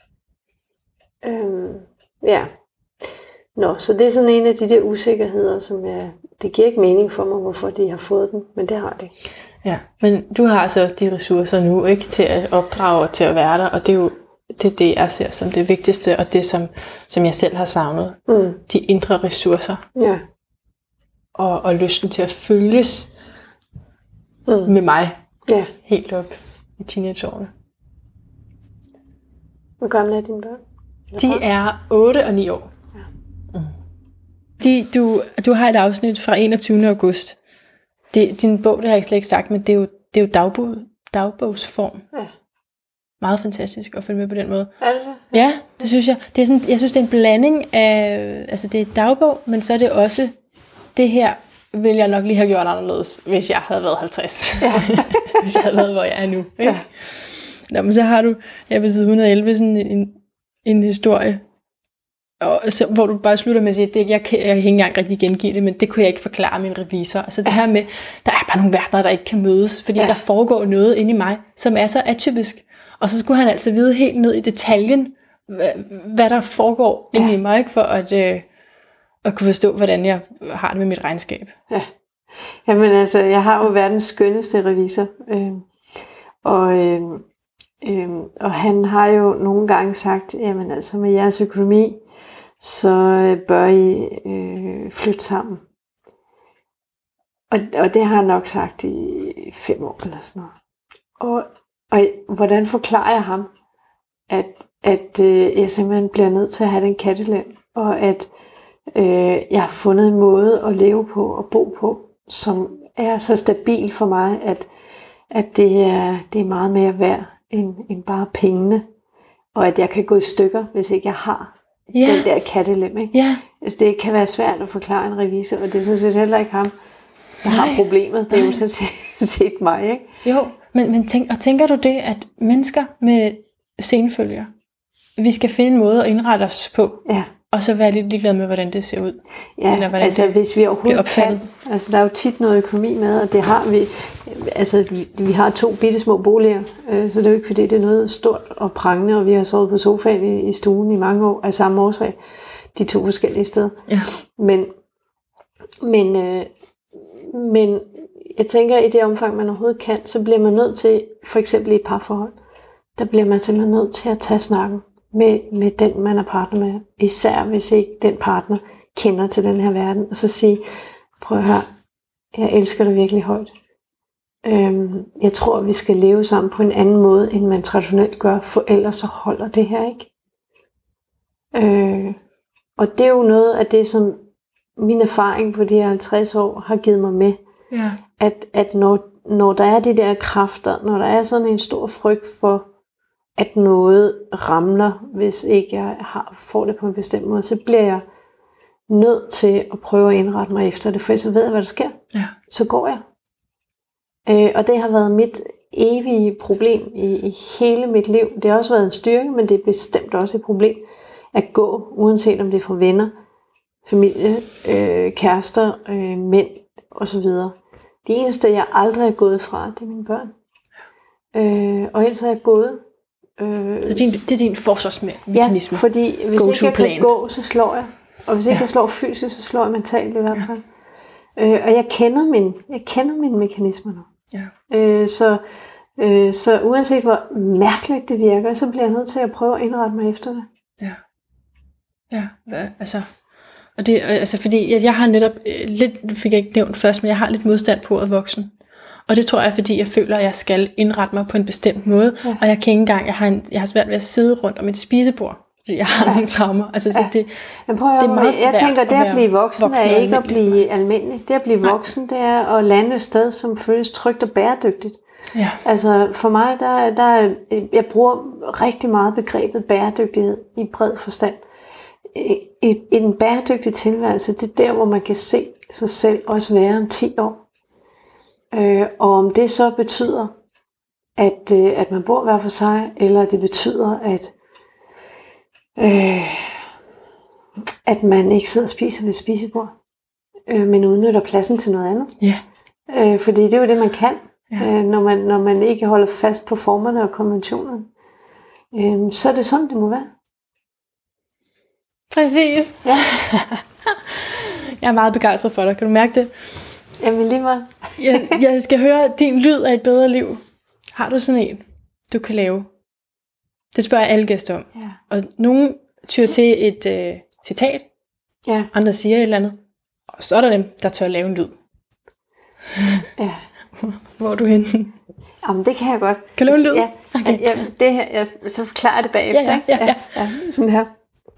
Øhm, ja. Nå, så det er sådan en af de der usikkerheder, som jeg, det giver ikke mening for mig, hvorfor de har fået den, men det har de. Ja, men du har så de ressourcer nu, ikke, til at opdrage og til at være der, og det er jo det, er det jeg ser som det vigtigste, og det, som, som jeg selv har savnet. Mm. De indre ressourcer. Ja. Og, og lysten til at følges mm. med mig. Ja. Helt op i teenageårene. Hvor gamle er dine børn? De er otte og ni år. Ja. Mm. De, du, du har et afsnit fra enogtyvende august. Det, din bog, det har jeg slet ikke sagt, men det er jo, det er jo dagbog, dagbogsform. Ja. Meget fantastisk at følge med på den måde. Er det? Ja, det synes jeg. Det er sådan, jeg synes, det er en blanding af, altså det er et dagbog, men så er det også, det her ville jeg nok lige have gjort anderledes, hvis jeg havde været halvtreds. Ja. Hvis jeg havde været, hvor jeg er nu. Ikke? Ja. Nå, men så har du her på side et hundrede og elleve sådan en, en historie, og så, hvor du bare slutter med at sige, det, jeg, kan, jeg kan ikke engang rigtig gengive det, men det kunne jeg ikke forklare min revisor. Altså det her med, der er bare nogle verdener, der ikke kan mødes, fordi ja. Der foregår noget inde i mig, som er så atypisk. Og så skulle han altså vide helt ned i detaljen, hvad, hvad der foregår ja. Inde i mig, ikke, for at, øh, at kunne forstå, hvordan jeg har det med mit regnskab. Ja. Jamen altså, jeg har jo verdens skønneste revisor, øh, og, øh, øh, og han har jo nogle gange sagt, jamen altså med jeres økonomi, så bør I øh, flytte sammen. Og, og det har han nok sagt i fem år eller sådan noget. Og, og hvordan forklarer jeg ham, at, at øh, jeg simpelthen bliver nødt til at have den kattelem, og at øh, jeg har fundet en måde at leve på og bo på, som er så stabil for mig, at, at det, er, det er meget mere værd end, end bare pengene, og at jeg kan gå i stykker, hvis ikke jeg har yeah. den der kattelem. Ikke? Yeah. Altså, det kan være svært at forklare en revisor, og det er sådan set heller ikke ham, der Nej. har problemet. Det er jo sådan set mig. Ikke? Jo, men, men tænk, og tænker du det, at mennesker med senfølger, vi skal finde en måde at indrette os på, ja. og så være lidt ligeglad med, hvordan det ser ud. Ja, eller hvordan altså det hvis vi overhovedet kan. Altså der er jo tit noget økonomi med, og det har vi. Altså vi, vi har to bitte små boliger, øh, så det er jo ikke fordi, det er noget stort og prangende, og vi har sovet på sofaen i, i stuen i mange år af samme årsag. De to forskellige steder. Ja. Men, men, øh, men jeg tænker, i det omfang, man overhovedet kan, så bliver man nødt til, for eksempel i et parforhold, der bliver man simpelthen nødt til at tage snakken med, med den, man er partner med. Især hvis ikke den partner kender til den her verden. Og så sige, prøv at høre, jeg elsker dig virkelig højt. Øhm, jeg tror, vi skal leve sammen på en anden måde, end man traditionelt gør, for ellers så holder det her ikke. Øh, og det er jo noget af det, som min erfaring på de her halvtreds år har givet mig med. Ja. At, at når, når der er de der kræfter, når der er sådan en stor frygt for, at noget ramler, hvis ikke jeg har, får det på en bestemt måde, så bliver jeg nødt til at prøve at indrette mig efter det, for så ved jeg, hvad der sker. Ja. Så går jeg. Øh, og det har været mit evige problem i, i hele mit liv. Det har også været en styrke, men det er bestemt også et problem at gå, uanset om det er fra venner, familie, øh, kærester, øh, mænd osv. Det eneste, jeg aldrig er gået fra, det er mine børn. Øh, og ellers er jeg gået. Øh, Så det er din, det er din forsvarsmekanisme? Ja, fordi hvis ikke jeg plan. kan gå, så slår jeg. Og hvis ikke ja. jeg slår fysisk, så slår jeg mentalt i hvert fald. Ja. Øh, og jeg kender min, jeg kender mine mekanismer nu. Ja. Øh, så, øh, så uanset hvor mærkeligt det virker, så bliver jeg nødt til at prøve at indrette mig efter det. Ja. Ja, hvad, altså... Og det, altså fordi jeg, jeg har netop, lidt fik jeg ikke nævnt først, men jeg har lidt modstand på at voksen. Og det tror jeg, fordi jeg føler, at jeg skal indrette mig på en bestemt måde. Ja. Og jeg kan ikke engang, jeg har, en, jeg har svært ved at sidde rundt om et spisebord. Fordi jeg har ja. nogle traumer. Altså, så det, Men prøv at, det er meget svært. Jeg tænker, det at, at blive voksen, voksen er ikke at blive almindelig. Det at blive voksen, det er at lande et sted, som føles trygt og bæredygtigt. Ja. Altså for mig, der, der, jeg bruger rigtig meget begrebet bæredygtighed i bred forstand. I en bæredygtig tilværelse, det er der, hvor man kan se sig selv også være om ti år. Øh, og om det så betyder, at, øh, at man bor hver for sig, eller det betyder, at, øh, at man ikke sidder og spiser ved et spisebord, øh, men udnytter pladsen til noget andet. Ja. Øh, fordi det er jo det, man kan, ja. øh, når, man, når man ikke holder fast på formerne og konventionerne. Øh, så er det sådan, det må være. Præcis. Ja. Jeg er meget begejstret for dig. Kan du mærke det? Jamen lige meget. jeg, jeg skal høre din lyd af et bedre liv. Har du sådan en, du kan lave? Det spørger jeg alle gæster om. Ja. Og nogen tyr til et øh, citat. Ja. Andre siger et eller andet. Og så er der dem, der tør lave en lyd. Ja. Hvor er du henne? Jamen det kan jeg godt. Kan du lave en lyd? Ja. Okay. Ja, det her, jeg, så forklarer jeg det bagefter. Ja, ja, ja, ja. ja, ja sådan her.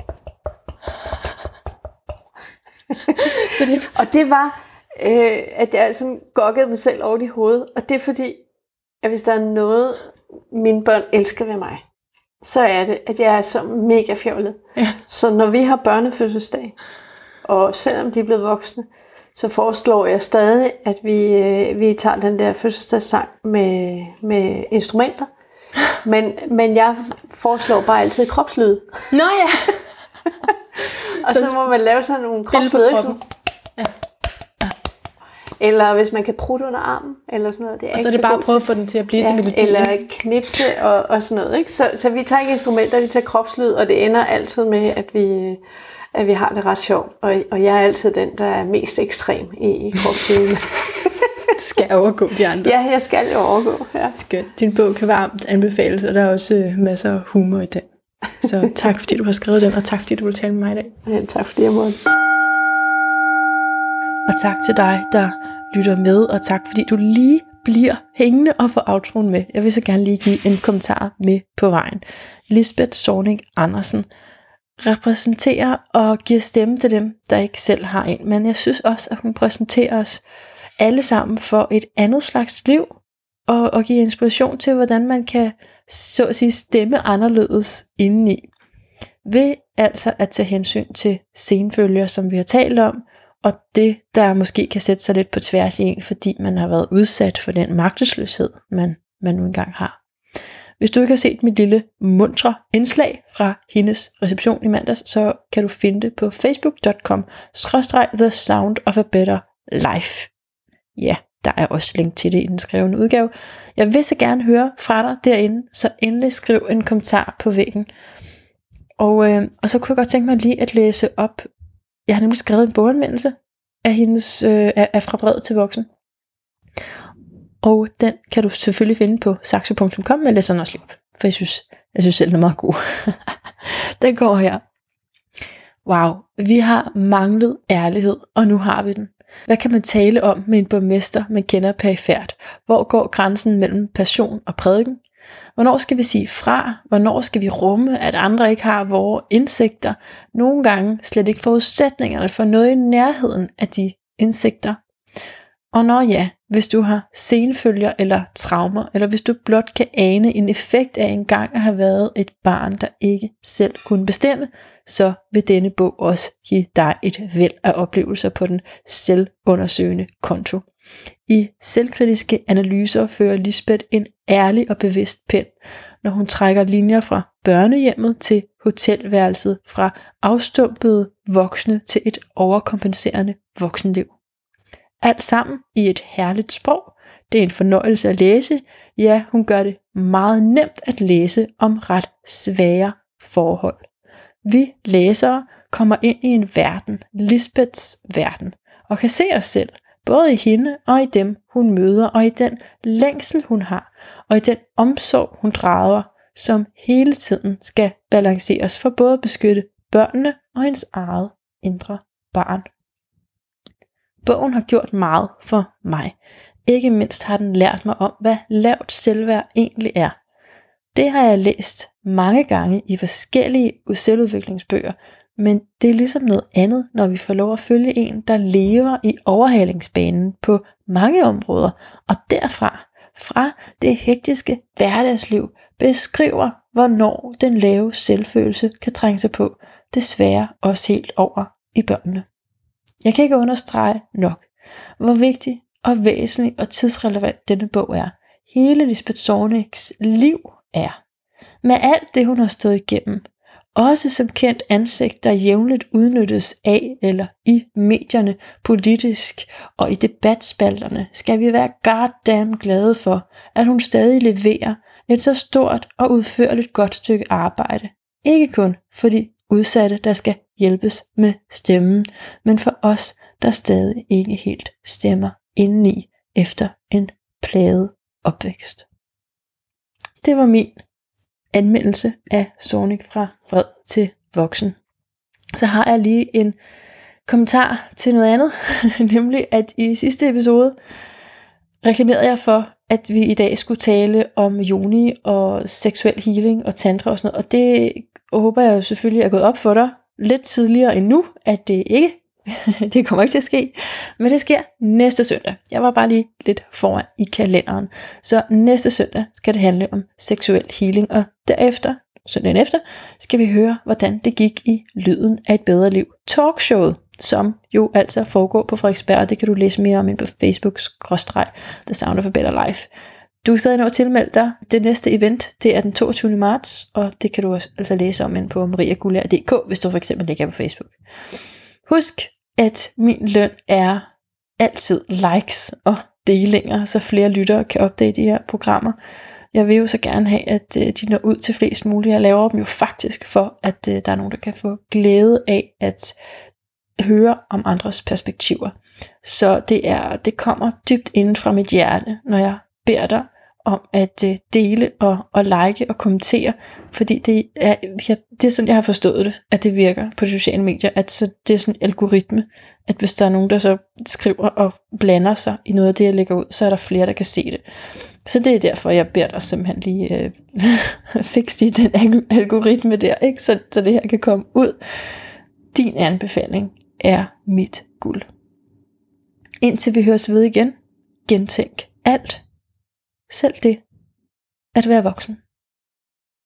Så det... Og det var, øh, at jeg sådan gokkede mig selv over i hovedet. Og det er fordi, at hvis der er noget, mine børn elsker ved mig, så er det, at jeg er så mega fjollet. Ja. Så når vi har børnefødselsdag, og selvom de er blevet voksne, så foreslår jeg stadig, at vi, øh, vi tager den der fødselsdagssang med, med instrumenter. Men, men jeg foreslår bare altid kropslyd. Nå ja! Og så, så må man lave sådan nogle kropslyde. Ja. Ja. Eller hvis man kan prutte under armen, eller sådan noget. Det er og ikke så er det så bare at prøve at få den til at blive ja, til melodi. Eller knipse og, og sådan noget. Ikke? Så, så vi tager ikke instrumenter, vi tager kropslyd, og det ender altid med, at vi, at vi har det ret sjovt. Og, og jeg er altid den, der er mest ekstrem i, i kropslyden. Du skal overgå de andre. Ja, jeg skal jo overgå. Ja. Skønt. Din bog kan varmt anbefales, og der er også øh, masser af humor i den. Så tak fordi du har skrevet den, og tak fordi du vil tale med mig i dag. Ja, tak fordi jeg måtte. Og tak til dig, der lytter med, og tak fordi du lige bliver hængende og får outroen med. Jeg vil så gerne lige give en kommentar med på vejen. Lisbeth Zornig Andersen repræsenterer og giver stemme til dem, der ikke selv har en, men jeg synes også, at hun præsenterer os alle sammen for et andet slags liv, og, og giver inspiration til, hvordan man kan så at sige stemme anderledes indeni. Ved altså at tage hensyn til senfølger, som vi har talt om, og det, der måske kan sætte sig lidt på tværs i en, fordi man har været udsat for den magtesløshed, man, man nu engang har. Hvis du ikke har set mit lille muntre indslag fra hendes reception i mandags, så kan du finde det på facebook punktum com skråstreg the sound of a better life. Ja, der er også link til det i den skrevne udgave. Jeg vil så gerne høre fra dig derinde, så endelig skriv en kommentar på væggen. Og, øh, og så kunne jeg godt tænke mig lige at læse op. Jeg har nemlig skrevet en boganmeldelse af, hendes, øh, af Fra brevet til voksen. Og den kan du selvfølgelig finde på saxo punktum com, men jeg læser den også lige op, for jeg synes, jeg synes selv, den er meget god. Den går her. Wow, vi har manglet ærlighed, og nu har vi den. Hvad kan man tale om med en borgmester, man kender perifært? Hvor går grænsen mellem passion og prædiken? Hvornår skal vi sige fra? Hvornår skal vi rumme, at andre ikke har vores indsigter? Nogle gange slet ikke forudsætningerne for noget i nærheden af de indsigter. Og når ja, hvis du har senfølger eller traumer, eller hvis du blot kan ane en effekt af engang at have været et barn, der ikke selv kunne bestemme, så vil denne bog også give dig et væld af oplevelser på den selvundersøgende konto. I selvkritiske analyser fører Lisbeth en ærlig og bevidst pen, når hun trækker linjer fra børnehjemmet til hotelværelset, fra afstumpede voksne til et overkompenserende voksenliv. Alt sammen i et herligt sprog. Det er en fornøjelse at læse. Ja, hun gør det meget nemt at læse om ret svære forhold. Vi læsere kommer ind i en verden, Lisbeths verden, og kan se os selv, både i hende og i dem, hun møder, og i den længsel, hun har, og i den omsorg, hun drager, som hele tiden skal balanceres for både at beskytte børnene og hendes eget indre barn. Bogen har gjort meget for mig. Ikke mindst har den lært mig om, hvad lavt selvværd egentlig er. Det har jeg læst mange gange i forskellige selvudviklingsbøger, men det er ligesom noget andet, når vi får lov at følge en, der lever i overhalingsbanen på mange områder, og derfra, fra det hektiske hverdagsliv, beskriver, hvornår den lave selvfølelse kan trænge sig på, desværre også helt over i børnene. Jeg kan ikke understrege nok, hvor vigtig og væsentlig og tidsrelevant denne bog er. Hele Lisbeth Zornigs liv er. Med alt det, hun har stået igennem, også som kendt ansigt, der jævnligt udnyttes af eller i medierne, politisk og i debatspalterne, skal vi være goddamn glade for, at hun stadig leverer et så stort og udførligt godt stykke arbejde. Ikke kun for de udsatte, der skal hjælpes med stemmen, men for os, der stadig ikke helt stemmer indeni efter en plaget opvækst. Det var min anmeldelse af Zornig fra vred til voksen. Så har jeg lige en kommentar til noget andet, nemlig at i sidste episode reklamerede jeg for, at vi i dag skulle tale om yoni og seksuel healing og tantra og sådan noget, og det håber jeg jo selvfølgelig er gået op for dig lidt tidligere end nu, at det ikke, det kommer ikke til at ske, men det sker næste søndag. Jeg var bare lige lidt foran i kalenderen. Så næste søndag skal det handle om seksuel healing, og derefter, søndagen efter, skal vi høre, hvordan det gik i Lyden af et bedre liv talkshowet, som jo altså foregår på Frederiksberg, og det kan du læse mere om ind på Facebook-The Sound of a Better Life. Du kan stadig nå at tilmelde dig. Det næste event, det er den toogtyvende marts, og det kan du altså læse om ind på mariagulær punktum d k, hvis du for eksempel ligger på Facebook. Husk, at min løn er altid likes og delinger, så flere lyttere kan opdage de her programmer. Jeg vil jo så gerne have, at de når ud til flest muligt. Jeg laver dem jo faktisk for, at der er nogen, der kan få glæde af at høre om andres perspektiver. Så det, er, det kommer dybt inden fra mit hjerte, når jeg beder dig om at dele og, og like og kommentere, fordi det er, det er sådan, jeg har forstået det, at det virker på de sociale medier, at så det er sådan en algoritme, at hvis der er nogen, der så skriver og blander sig i noget af det, jeg lægger ud, så er der flere, der kan se det. Så det er derfor, jeg beder dig simpelthen lige øh, fikse i den algoritme der, ikke? Så, så det her kan komme ud. Din anbefaling er mit guld. Indtil vi høres ved igen, gentænk alt. Selv det at være voksen.